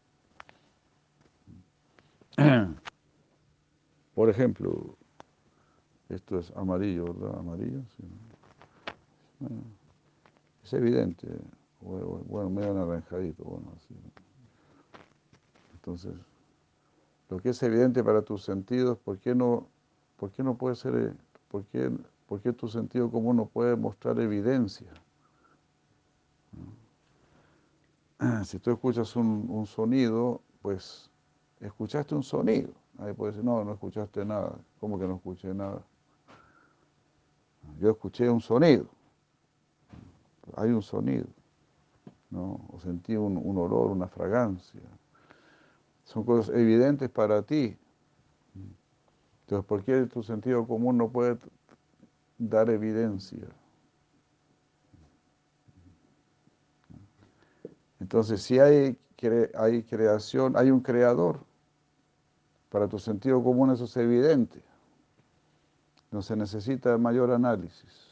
Por ejemplo, esto es amarillo, ¿verdad? Amarillo, sí. Bueno, es evidente. Bueno, medio anaranjadito, bueno, así. Entonces, lo que es evidente para tus sentidos, ¿por qué no, por qué no puede ser, por qué, por qué tu sentido común no puede mostrar evidencia? Si tú escuchas un, un sonido, pues escuchaste un sonido. Nadie puede decir, no, no escuchaste nada. ¿Cómo que no escuché nada? Yo escuché un sonido. Hay un sonido, ¿no? O sentí un, un olor, una fragancia. Son cosas evidentes para ti. Entonces, ¿por qué tu sentido común no puede dar evidencia? Entonces, si hay, cre hay creación, hay un creador, para tu sentido común eso es evidente. No se necesita mayor análisis.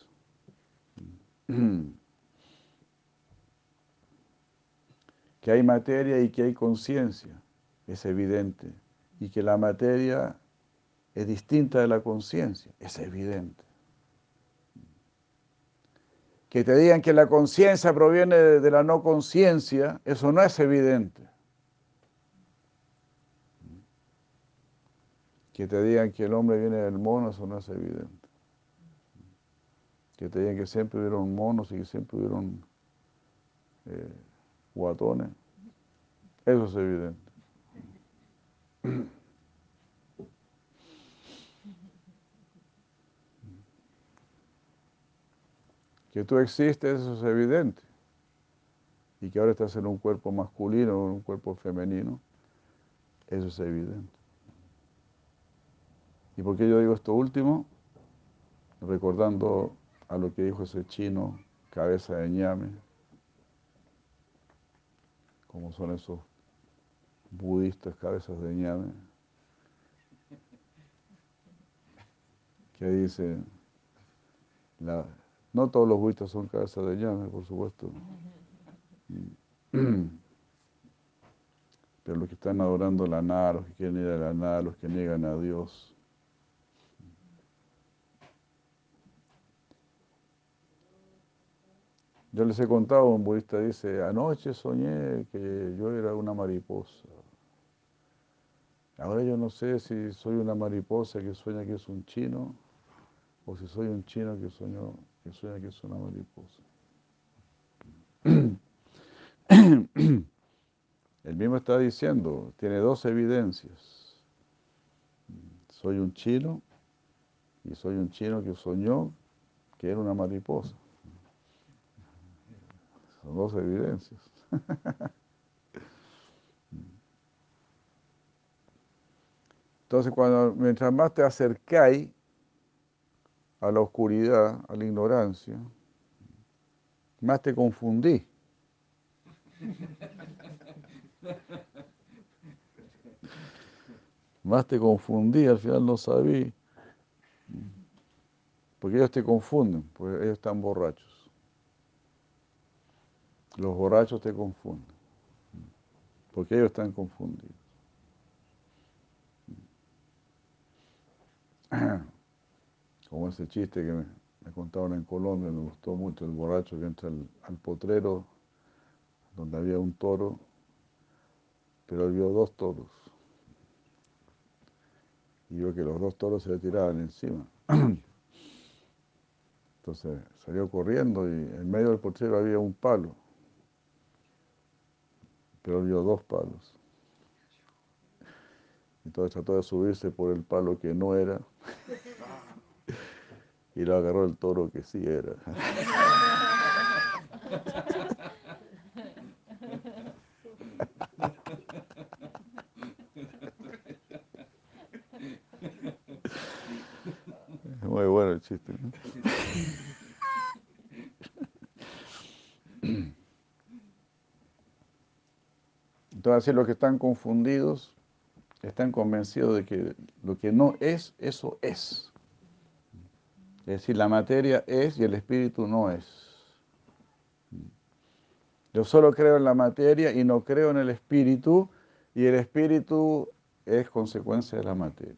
Que hay materia y que hay conciencia, es evidente. Y que la materia es distinta de la conciencia, es evidente. Que te digan que la conciencia proviene de, de la no conciencia, eso no es evidente. Que te digan que el hombre viene del mono, eso no es evidente. Que te digan que siempre hubieron monos y que siempre hubieron eh, guatones, eso es evidente. Que tú existes, eso es evidente. Y que ahora estás en un cuerpo masculino o en un cuerpo femenino, eso es evidente. ¿Y por qué yo digo esto último? Recordando a lo que dijo ese chino, cabeza de ñame, como son esos budistas cabezas de ñame. que dice, la, no todos los budistas son cabezas de llame, por supuesto, pero los que están adorando la nada, los que quieren ir a la nada, los que niegan a Dios. Yo les he contado, un budista dice, anoche soñé que yo era una mariposa. Ahora yo no sé si soy una mariposa que sueña que es un chino o si soy un chino que, sueño, que sueña que es una mariposa. Él mismo está diciendo, tiene dos evidencias. Soy un chino y soy un chino que soñó que era una mariposa. Son dos evidencias. Entonces, cuando, mientras más te acercáis a la oscuridad, a la ignorancia, más te confundís. Más te confundí, al final no sabí. Porque ellos te confunden, porque ellos están borrachos. Los borrachos te confunden, porque ellos están confundidos. Como ese chiste que me, me contaron en Colombia, me gustó mucho, el borracho que entra al, al potrero donde había un toro, pero él vio dos toros. Y vio que los dos toros se le tiraban encima. Entonces salió corriendo y en medio del potrero había un palo, pero él vio dos palos. Entonces trató de subirse por el palo que no era y lo agarró el toro que sí era. Muy bueno el chiste, ¿no? Entonces, así los que están confundidos están convencidos de que lo que no es, eso es. Es decir, la materia es y el espíritu no es. Yo solo creo en la materia y no creo en el espíritu, y el espíritu es consecuencia de la materia.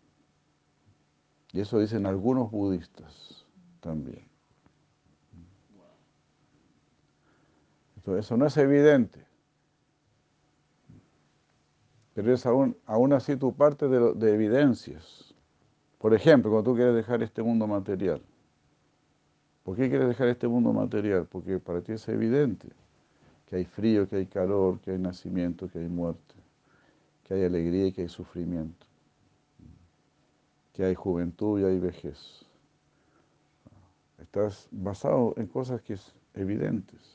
Y eso dicen algunos budistas también. Entonces, eso no es evidente, pero es aún, aún así tu parte de, lo- de evidencias. Por ejemplo, cuando tú quieres dejar este mundo material. ¿Por qué quieres dejar este mundo material? Porque para ti es evidente que hay frío, que hay calor, que hay nacimiento, que hay muerte, que hay alegría y que hay sufrimiento, que hay juventud y hay vejez. Estás basado en cosas que es evidentes.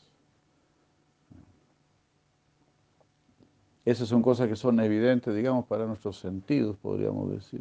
Esas son cosas que son evidentes, digamos, para nuestros sentidos, podríamos decir.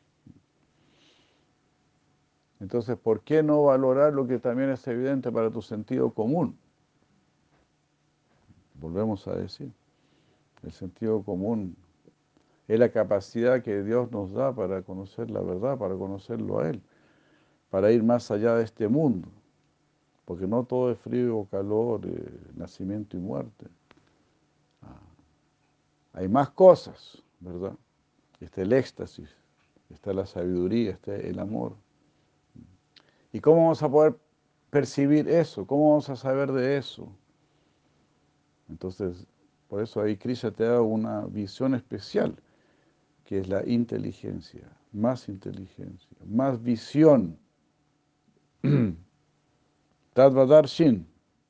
Entonces, ¿por qué no valorar lo que también es evidente para tu sentido común? Volvemos a decir, el sentido común es la capacidad que Dios nos da para conocer la verdad, para conocerlo a Él, para ir más allá de este mundo, porque no todo es frío o calor, eh, nacimiento y muerte. Ah, hay más cosas, ¿verdad? Está el éxtasis, está la sabiduría, está el amor. ¿Y cómo vamos a poder percibir eso? ¿Cómo vamos a saber de eso? Entonces, por eso ahí Krishna te da una visión especial, que es la inteligencia, más inteligencia, más visión. Tatvadarshin,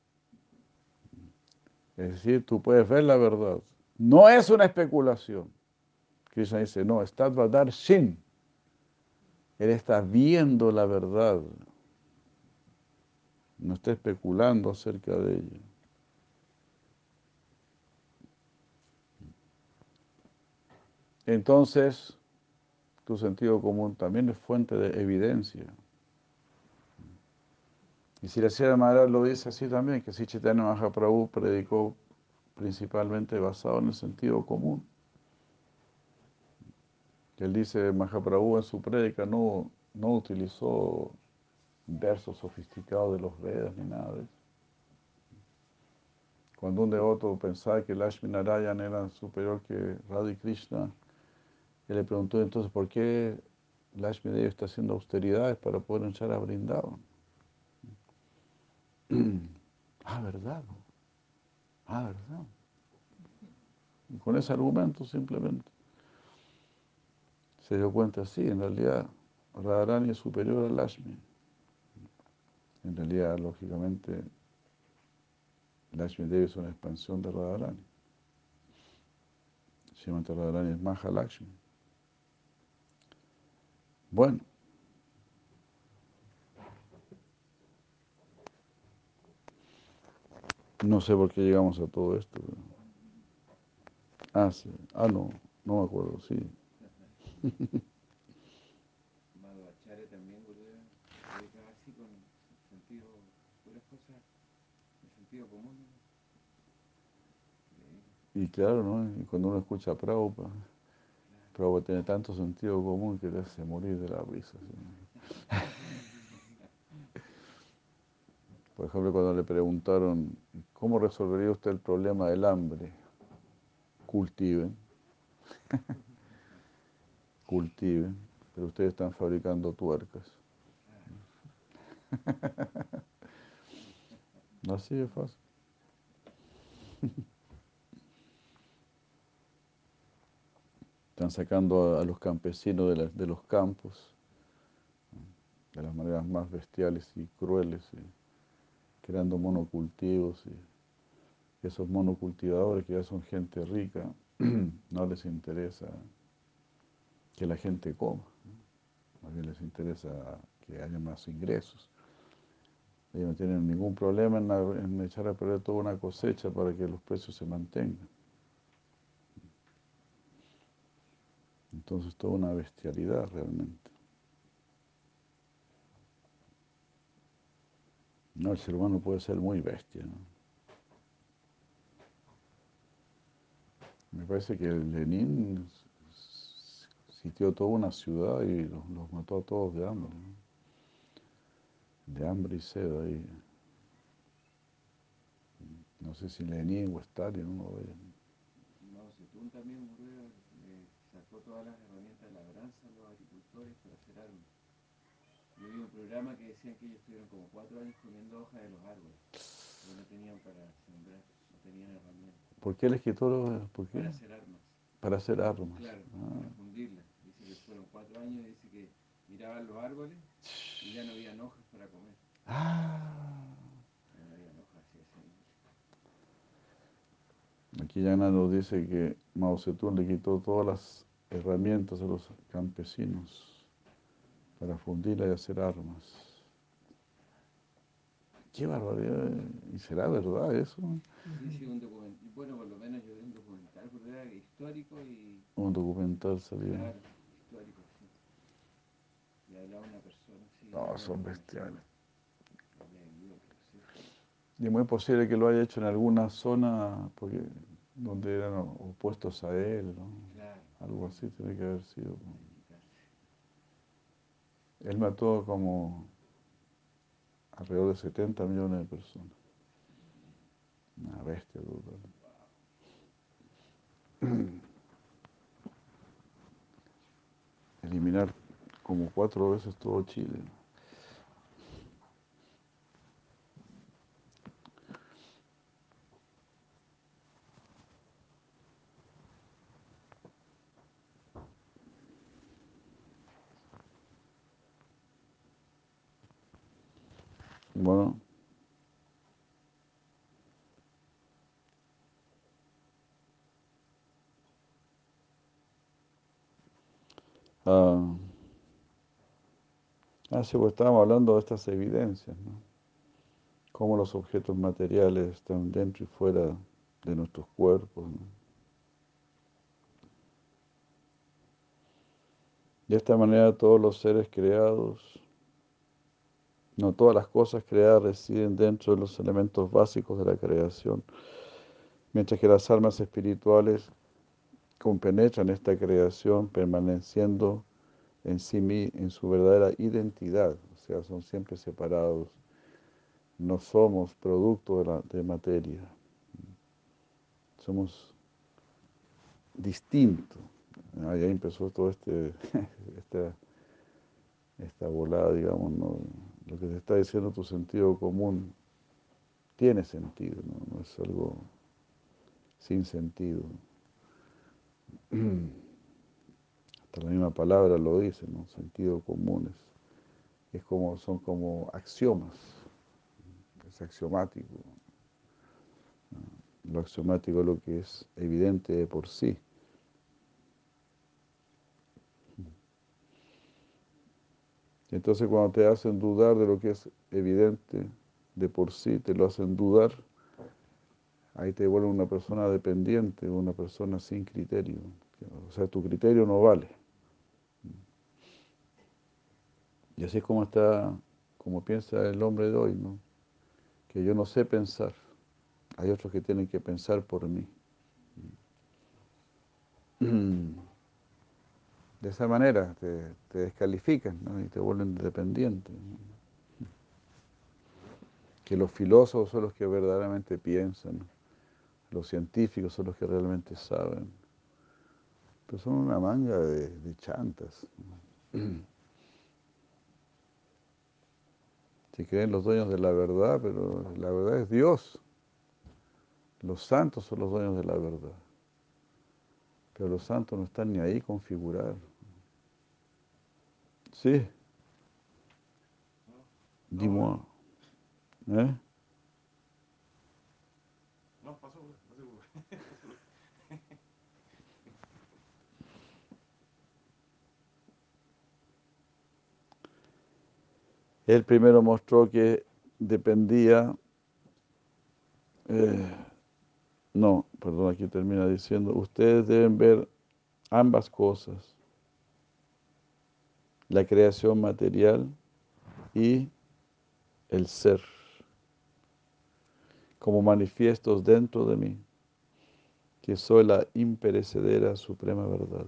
es decir, tú puedes ver la verdad. No es una especulación. Krishna dice, no, es Tatvadarshin. Él está viendo la verdad. No está especulando acerca de ella. Entonces, tu sentido común también es fuente de evidencia. Y si la Sierra Maharaj lo dice así también, que si Chaitanya Mahaprabhu predicó principalmente basado en el sentido común. Él dice, Mahaprabhu en su prédica no, no utilizó versos sofisticados de los Vedas ni nada de eso. Cuando un devoto pensaba que Lakshmi Narayan era superior que Radha y Krishna, él le preguntó entonces por qué Lakshmi Devi está haciendo austeridades para poder entrar a Vrindavan. Ah, ¿verdad? Ah, ¿verdad? Y con ese argumento simplemente se dio cuenta, sí, en realidad Radharani es superior a Lakshmi. En realidad, lógicamente, Lakshmi Devi es una expansión de Radharani. Srimati Radharani es Mahalakshmi. Bueno, no sé por qué llegamos a todo esto. Pero... Ah, sí. Ah, no, no me acuerdo, sí. Madhvacharya también, Gurudeva, se dedicaba así con sentido, puras cosas de sentido común, ¿no? Y claro, ¿no? Y cuando uno escucha a Prabhupada, Claro. Prabhupada tiene tanto sentido común que te hace morir de la risa. ¿Sí? Por ejemplo, cuando le preguntaron, ¿cómo resolvería usted el problema del hambre? Cultiven, cultiven, pero ustedes están fabricando tuercas. Así de fácil. Están sacando a, a los campesinos de, la- de los campos de las maneras más bestiales y crueles, y creando monocultivos. Y esos monocultivadores, que ya son gente rica, no les interesa que la gente coma, ¿no? Más bien les interesa que haya más ingresos. Ellos no tienen ningún problema en, a- en echar a perder toda una cosecha para que los precios se mantengan. Entonces, toda una bestialidad realmente. No, el ser humano puede ser muy bestia, ¿no? Me parece que Lenin s- sitió toda una ciudad y los, los mató a todos de hambre, ¿no? De hambre y sed ahí. No sé si Lenin o Stalin, uno de ellos. Mao Zedong también, Gurudeva, le sacó todas las herramientas de labranza a los agricultores para hacer armas. Yo vi un programa que decían que ellos estuvieron como cuatro años comiendo hojas de los árboles, porque no tenían para sembrar, no tenían herramientas. ¿Por qué les quitó los, por qué? Para hacer armas. Para hacer armas. Claro, Ah. para fundirlas. Dice que fueron cuatro años y dice que miraban los árboles y ya no habían hojas para comer. Ah. Ya no habían hojas hacia ese nivel. Aquí Yana nos dice que Mao Zedong le quitó todas las herramientas a los campesinos para fundirlas y hacer armas. Qué barbaridad. ¿Y será verdad eso? Sí, sí, un documental, bueno, por lo menos yo vi un documental, pero era histórico y, Un documental salió. claro, histórico, sí. Y hablaba una persona, sí, No, bueno, son me imagino bestiales. que había vivido, pero sí. Y es muy posible que lo haya hecho en alguna zona porque, donde eran opuestos a él, ¿no? Claro. Algo así tiene que haber sido. De quitarse. Él mató como alrededor de setenta millones de personas. Una bestia brutal. Eliminar como cuatro veces todo Chile. Bueno, ah, ah, sí, pues estábamos hablando de estas evidencias, ¿no? Cómo los objetos materiales están dentro y fuera de nuestros cuerpos, ¿no? De esta manera todos los seres creados, no todas las cosas creadas residen dentro de los elementos básicos de la creación, mientras que las almas espirituales compenetran esta creación permaneciendo en sí, mi- en su verdadera identidad, o sea, son siempre separados, no somos producto de, la, de materia, somos distintos. Ahí empezó todo este, esta, esta volada, digamos, ¿no? Lo que te está diciendo tu sentido común tiene sentido, ¿no? No es algo sin sentido. Hasta la misma palabra lo dice, ¿no? Sentido común es, es como, son como axiomas, es axiomático. Lo axiomático es lo que es evidente de por sí. Entonces cuando te hacen dudar de lo que es evidente de por sí, te lo hacen dudar, ahí te vuelve una persona dependiente, una persona sin criterio. O sea, tu criterio no vale. Y así es como está, como piensa el hombre de hoy, ¿no? Que yo no sé pensar. Hay otros que tienen que pensar por mí. De esa manera te, te descalifican, ¿no? Y te vuelven dependiente, ¿no? Que los filósofos son los que verdaderamente piensan, los científicos son los que realmente saben. Pero son una manga de, de chantas, ¿no? Se creen los dueños de la verdad, pero la verdad es Dios. Los santos son los dueños de la verdad. Pero los santos no están ni ahí con figurar. Sí, No, dis-moi. ¿Eh? no, pasó, no se preocupe. Él primero mostró que dependía, eh, no, perdón, aquí termina diciendo, ustedes deben ver ambas cosas, la creación material y el ser, como manifiestos dentro de mí, que soy la imperecedera suprema verdad.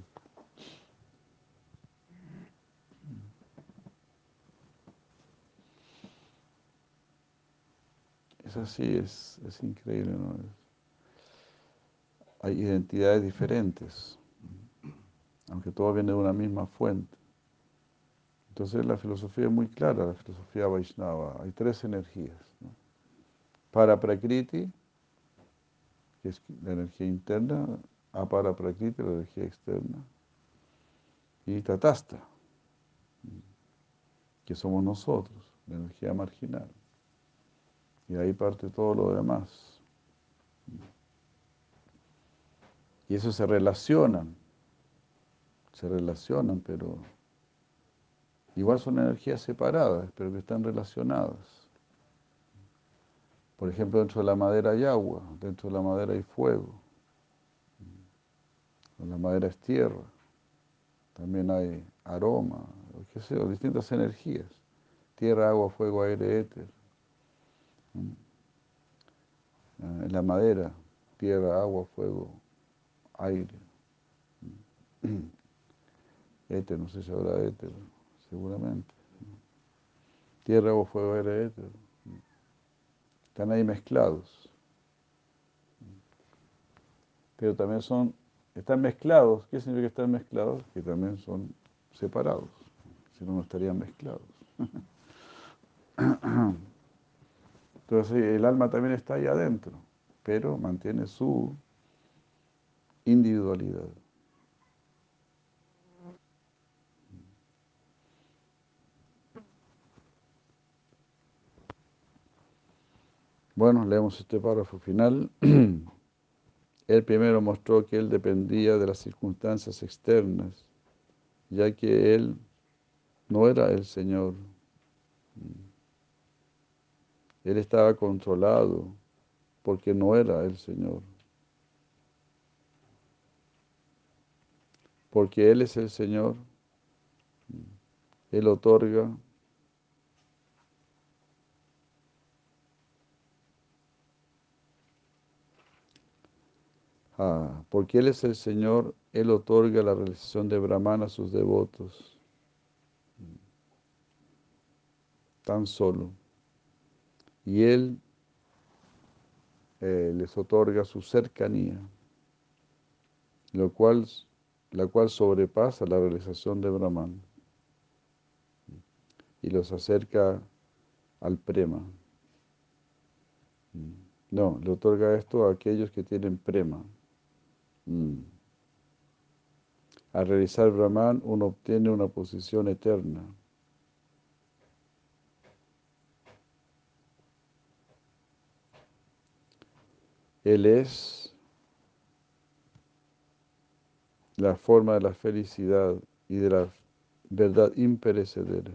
Es así, es, es increíble, ¿no? Hay identidades diferentes, aunque todo viene de una misma fuente. Entonces la filosofía es muy clara, la filosofía Vaishnava. Hay tres energías, ¿no? Para Prakriti, que es la energía interna, Apara Prakriti, la energía externa, y Tatasta, que somos nosotros, la energía marginal. Y de ahí parte todo lo demás. Y eso se relacionan, se relacionan, pero igual son energías separadas, pero que están relacionadas. Por ejemplo, dentro de la madera hay agua, dentro de la madera hay fuego, la madera es tierra, también hay aroma, o qué sé yo, distintas energías. Tierra, agua, fuego, aire, éter. En la madera, tierra, agua, fuego, aire. Éter, no sé si habrá éter, seguramente. Tierra, agua, fuego, aire, éter. Están ahí mezclados. Pero también son, están mezclados. ¿Qué significa estar mezclados? Que también son separados. Si no, no estarían mezclados. Entonces el alma también está ahí adentro, pero mantiene su individualidad. Bueno, leemos este párrafo final. Él primero mostró que él dependía de las circunstancias externas, ya que él no era el Señor. Él estaba controlado porque no era el Señor. Porque Él es el Señor, Él otorga Ah, porque Él es el Señor, Él otorga la realización de Brahman a sus devotos. están solo. Y Él eh, les otorga su cercanía, lo cual, la cual sobrepasa la realización de Brahman y los acerca al prema. No, le otorga esto a aquellos que tienen prema. Mm. Al realizar Brahman, uno obtiene una posición eterna. Él es la forma de la felicidad y de la verdad imperecedera.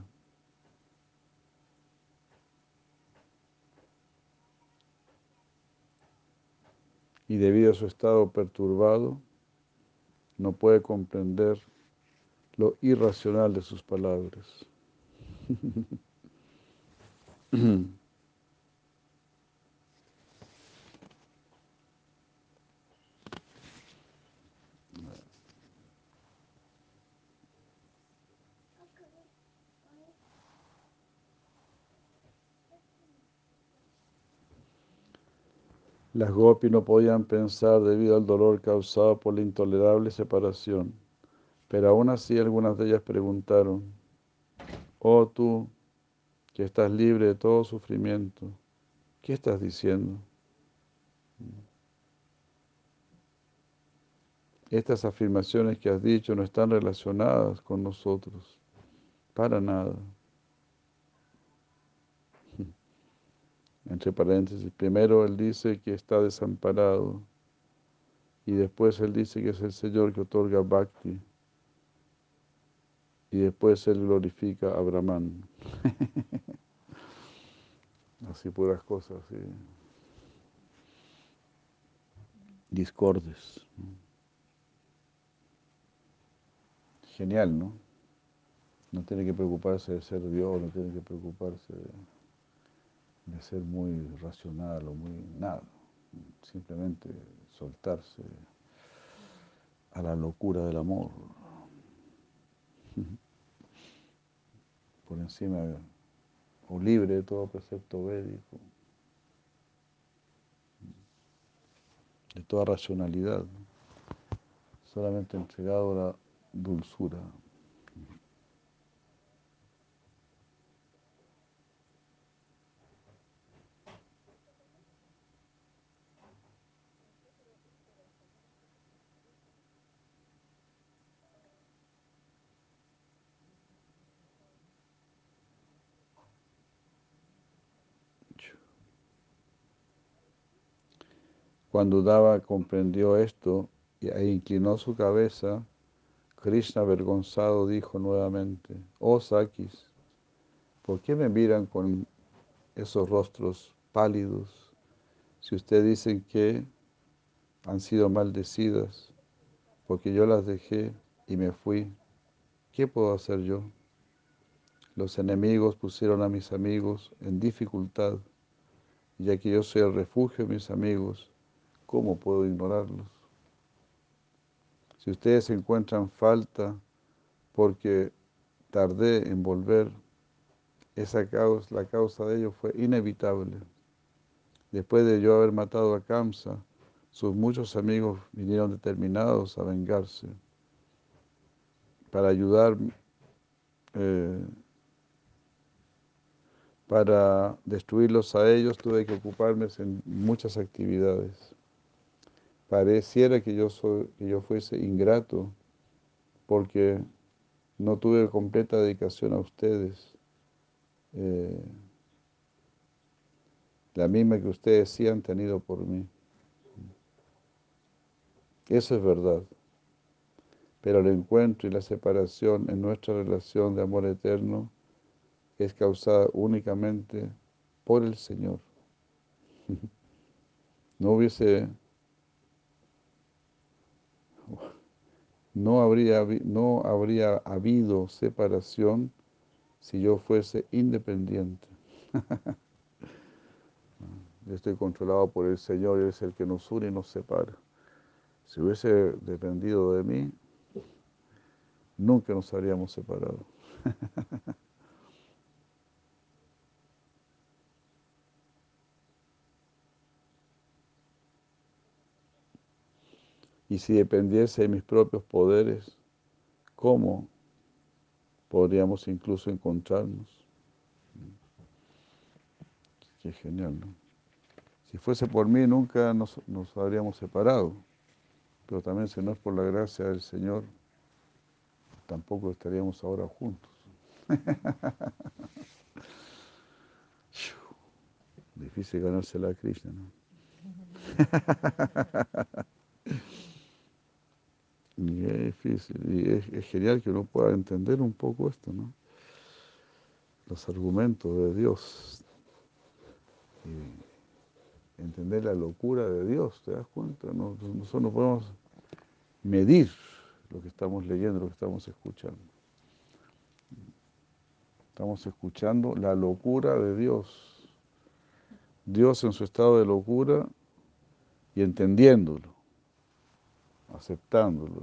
Y debido a su estado perturbado, no puede comprender lo irracional de sus palabras. Las gopis no podían pensar debido al dolor causado por la intolerable separación, pero aún así algunas de ellas preguntaron: oh tú, que estás libre de todo sufrimiento, ¿qué estás diciendo? Estas afirmaciones que has dicho no están relacionadas con nosotros, para nada. Entre paréntesis, primero él dice que está desamparado y después él dice que es el Señor que otorga Bhakti y después él glorifica a Brahman. Así puras cosas, así. Discordes. Genial, ¿no? No tiene que preocuparse de ser Dios, no tiene que preocuparse de, de ser muy racional o muy nada. Simplemente soltarse a la locura del amor. Por encima, o libre de todo precepto védico, de toda racionalidad, ¿no? Solamente entregado a la dulzura. Cuando Uddhava comprendió esto e inclinó su cabeza, Krishna avergonzado dijo nuevamente: oh Sakis, ¿por qué me miran con esos rostros pálidos si ustedes dicen que han sido maldecidas porque yo las dejé y me fui? ¿Qué puedo hacer yo? Los enemigos pusieron a mis amigos en dificultad, y ya que yo soy el refugio de mis amigos, ¿cómo puedo ignorarlos? Si ustedes encuentran falta porque tardé en volver, esa causa, la causa de ello fue inevitable. Después de yo haber matado a Kamsa, sus muchos amigos vinieron determinados a vengarse. Para ayudar, eh, para destruirlos a ellos, tuve que ocuparme en muchas actividades. Pareciera que yo, soy, que yo fuese ingrato porque no tuve completa dedicación a ustedes, eh, la misma que ustedes sí han tenido por mí. Eso es verdad. Pero el encuentro y la separación en nuestra relación de amor eterno es causada únicamente por el Señor. No hubiese, no habría, no habría habido separación si yo fuese independiente. Yo estoy controlado por el Señor, Él es el que nos une y nos separa. Si hubiese dependido de mí, nunca nos habríamos separado. Y si dependiese de mis propios poderes, ¿cómo podríamos incluso encontrarnos? Qué genial, ¿no? Si fuese por mí, nunca nos, nos habríamos separado. Pero también si no es por la gracia del Señor, tampoco estaríamos ahora juntos. Difícil ganarse la Krishna, ¿no? Y es difícil, y es, es genial que uno pueda entender un poco esto, ¿no? Los argumentos de Dios, y entender la locura de Dios, ¿te das cuenta? No- nosotros no podemos medir lo que estamos leyendo, lo que estamos escuchando. Estamos escuchando la locura de Dios. Dios en su estado de locura y entendiéndolo, aceptándolo.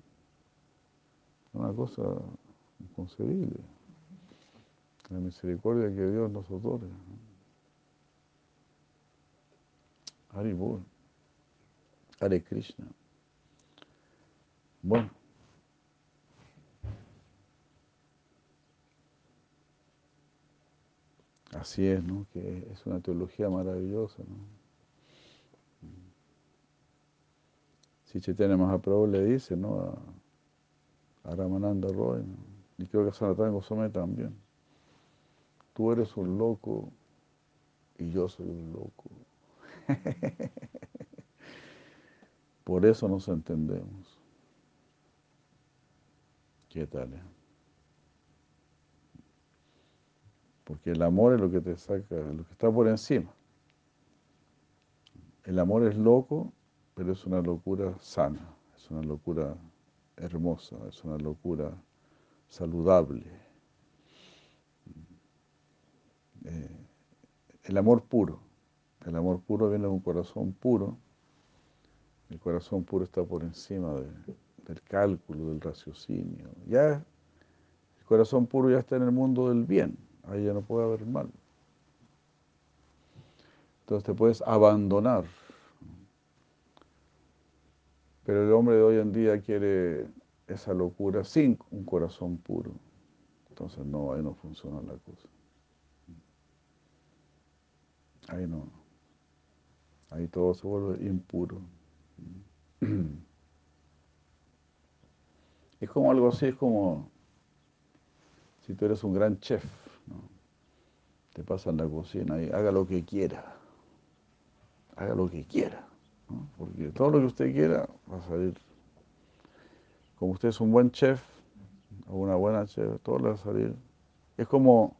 Una cosa inconcebible. La misericordia que Dios nos otorga. Hari Bol, Hare Krishna. Bueno. Así es, ¿no? Que es una teología maravillosa, ¿no? Si Chaitanya Mahaprabhu le dice, ¿no? A, a Ramananda Roy, ¿no? Y creo que a Sanatana Goswami también. Tú eres un loco y yo soy un loco. Por eso nos entendemos. ¿Qué tal? Eh? Porque el amor es lo que te saca, lo que está por encima. El amor es loco, pero es una locura sana, es una locura hermosa, es una locura saludable. Eh, el amor puro. El amor puro viene de un corazón puro. El corazón puro está por encima de, del cálculo, del raciocinio. Ya el corazón puro ya está en el mundo del bien. Ahí ya no puede haber mal. Entonces te puedes abandonar. Pero el hombre de hoy en día quiere esa locura sin un corazón puro. Entonces no, ahí no funciona la cosa. Ahí no. Ahí todo se vuelve impuro. Es como algo así, es como si tú eres un gran chef, ¿no? Te pasan la cocina y haga lo que quiera. Haga lo que quiera, ¿no? Porque todo lo que usted quiera va a salir. Como usted es un buen chef o una buena chef, todo le va a salir. Es como,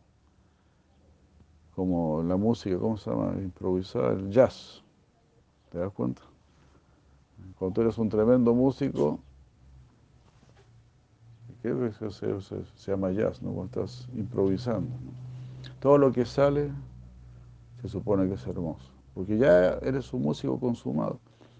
como la música, ¿cómo se llama? Improvisar, el jazz. ¿Te das cuenta? Cuando tú eres un tremendo músico, ¿qué es que se, se, se llama jazz, ¿no? Cuando estás improvisando, ¿no? Todo lo que sale se supone que es hermoso, porque ya eres un músico consumado.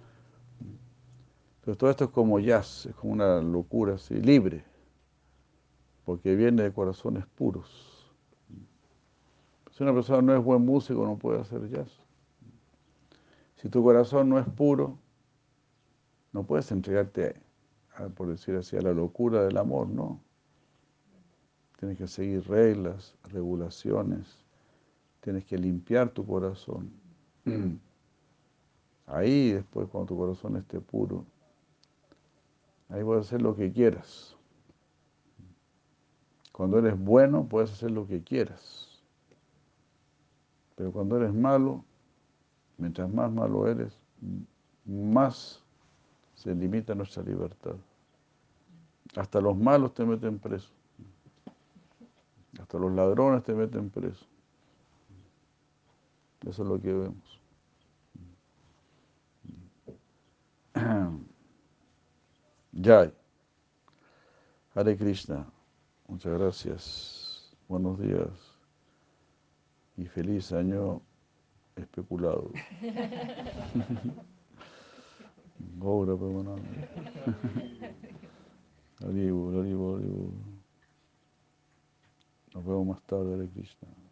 Pero todo esto es como jazz, es como una locura así, libre, porque viene de corazones puros. Si una persona no es buen músico, no puede hacer jazz. Si tu corazón no es puro, no puedes entregarte, a, por decir así, a la locura del amor, no. Tienes que seguir reglas, regulaciones, tienes que limpiar tu corazón. Ahí después, cuando tu corazón esté puro, ahí puedes hacer lo que quieras. Cuando eres bueno, puedes hacer lo que quieras. Pero cuando eres malo, mientras más malo eres, más se limita nuestra libertad. Hasta los malos te meten preso. Hasta los ladrones te meten preso. Eso es lo que vemos. Jai. Hare Krishna. Muchas gracias. Buenos días. Y feliz año especulado. Ahora, pues bueno. Haribu, haribu, haribu. Nos vemos más tarde, Hare Krishna.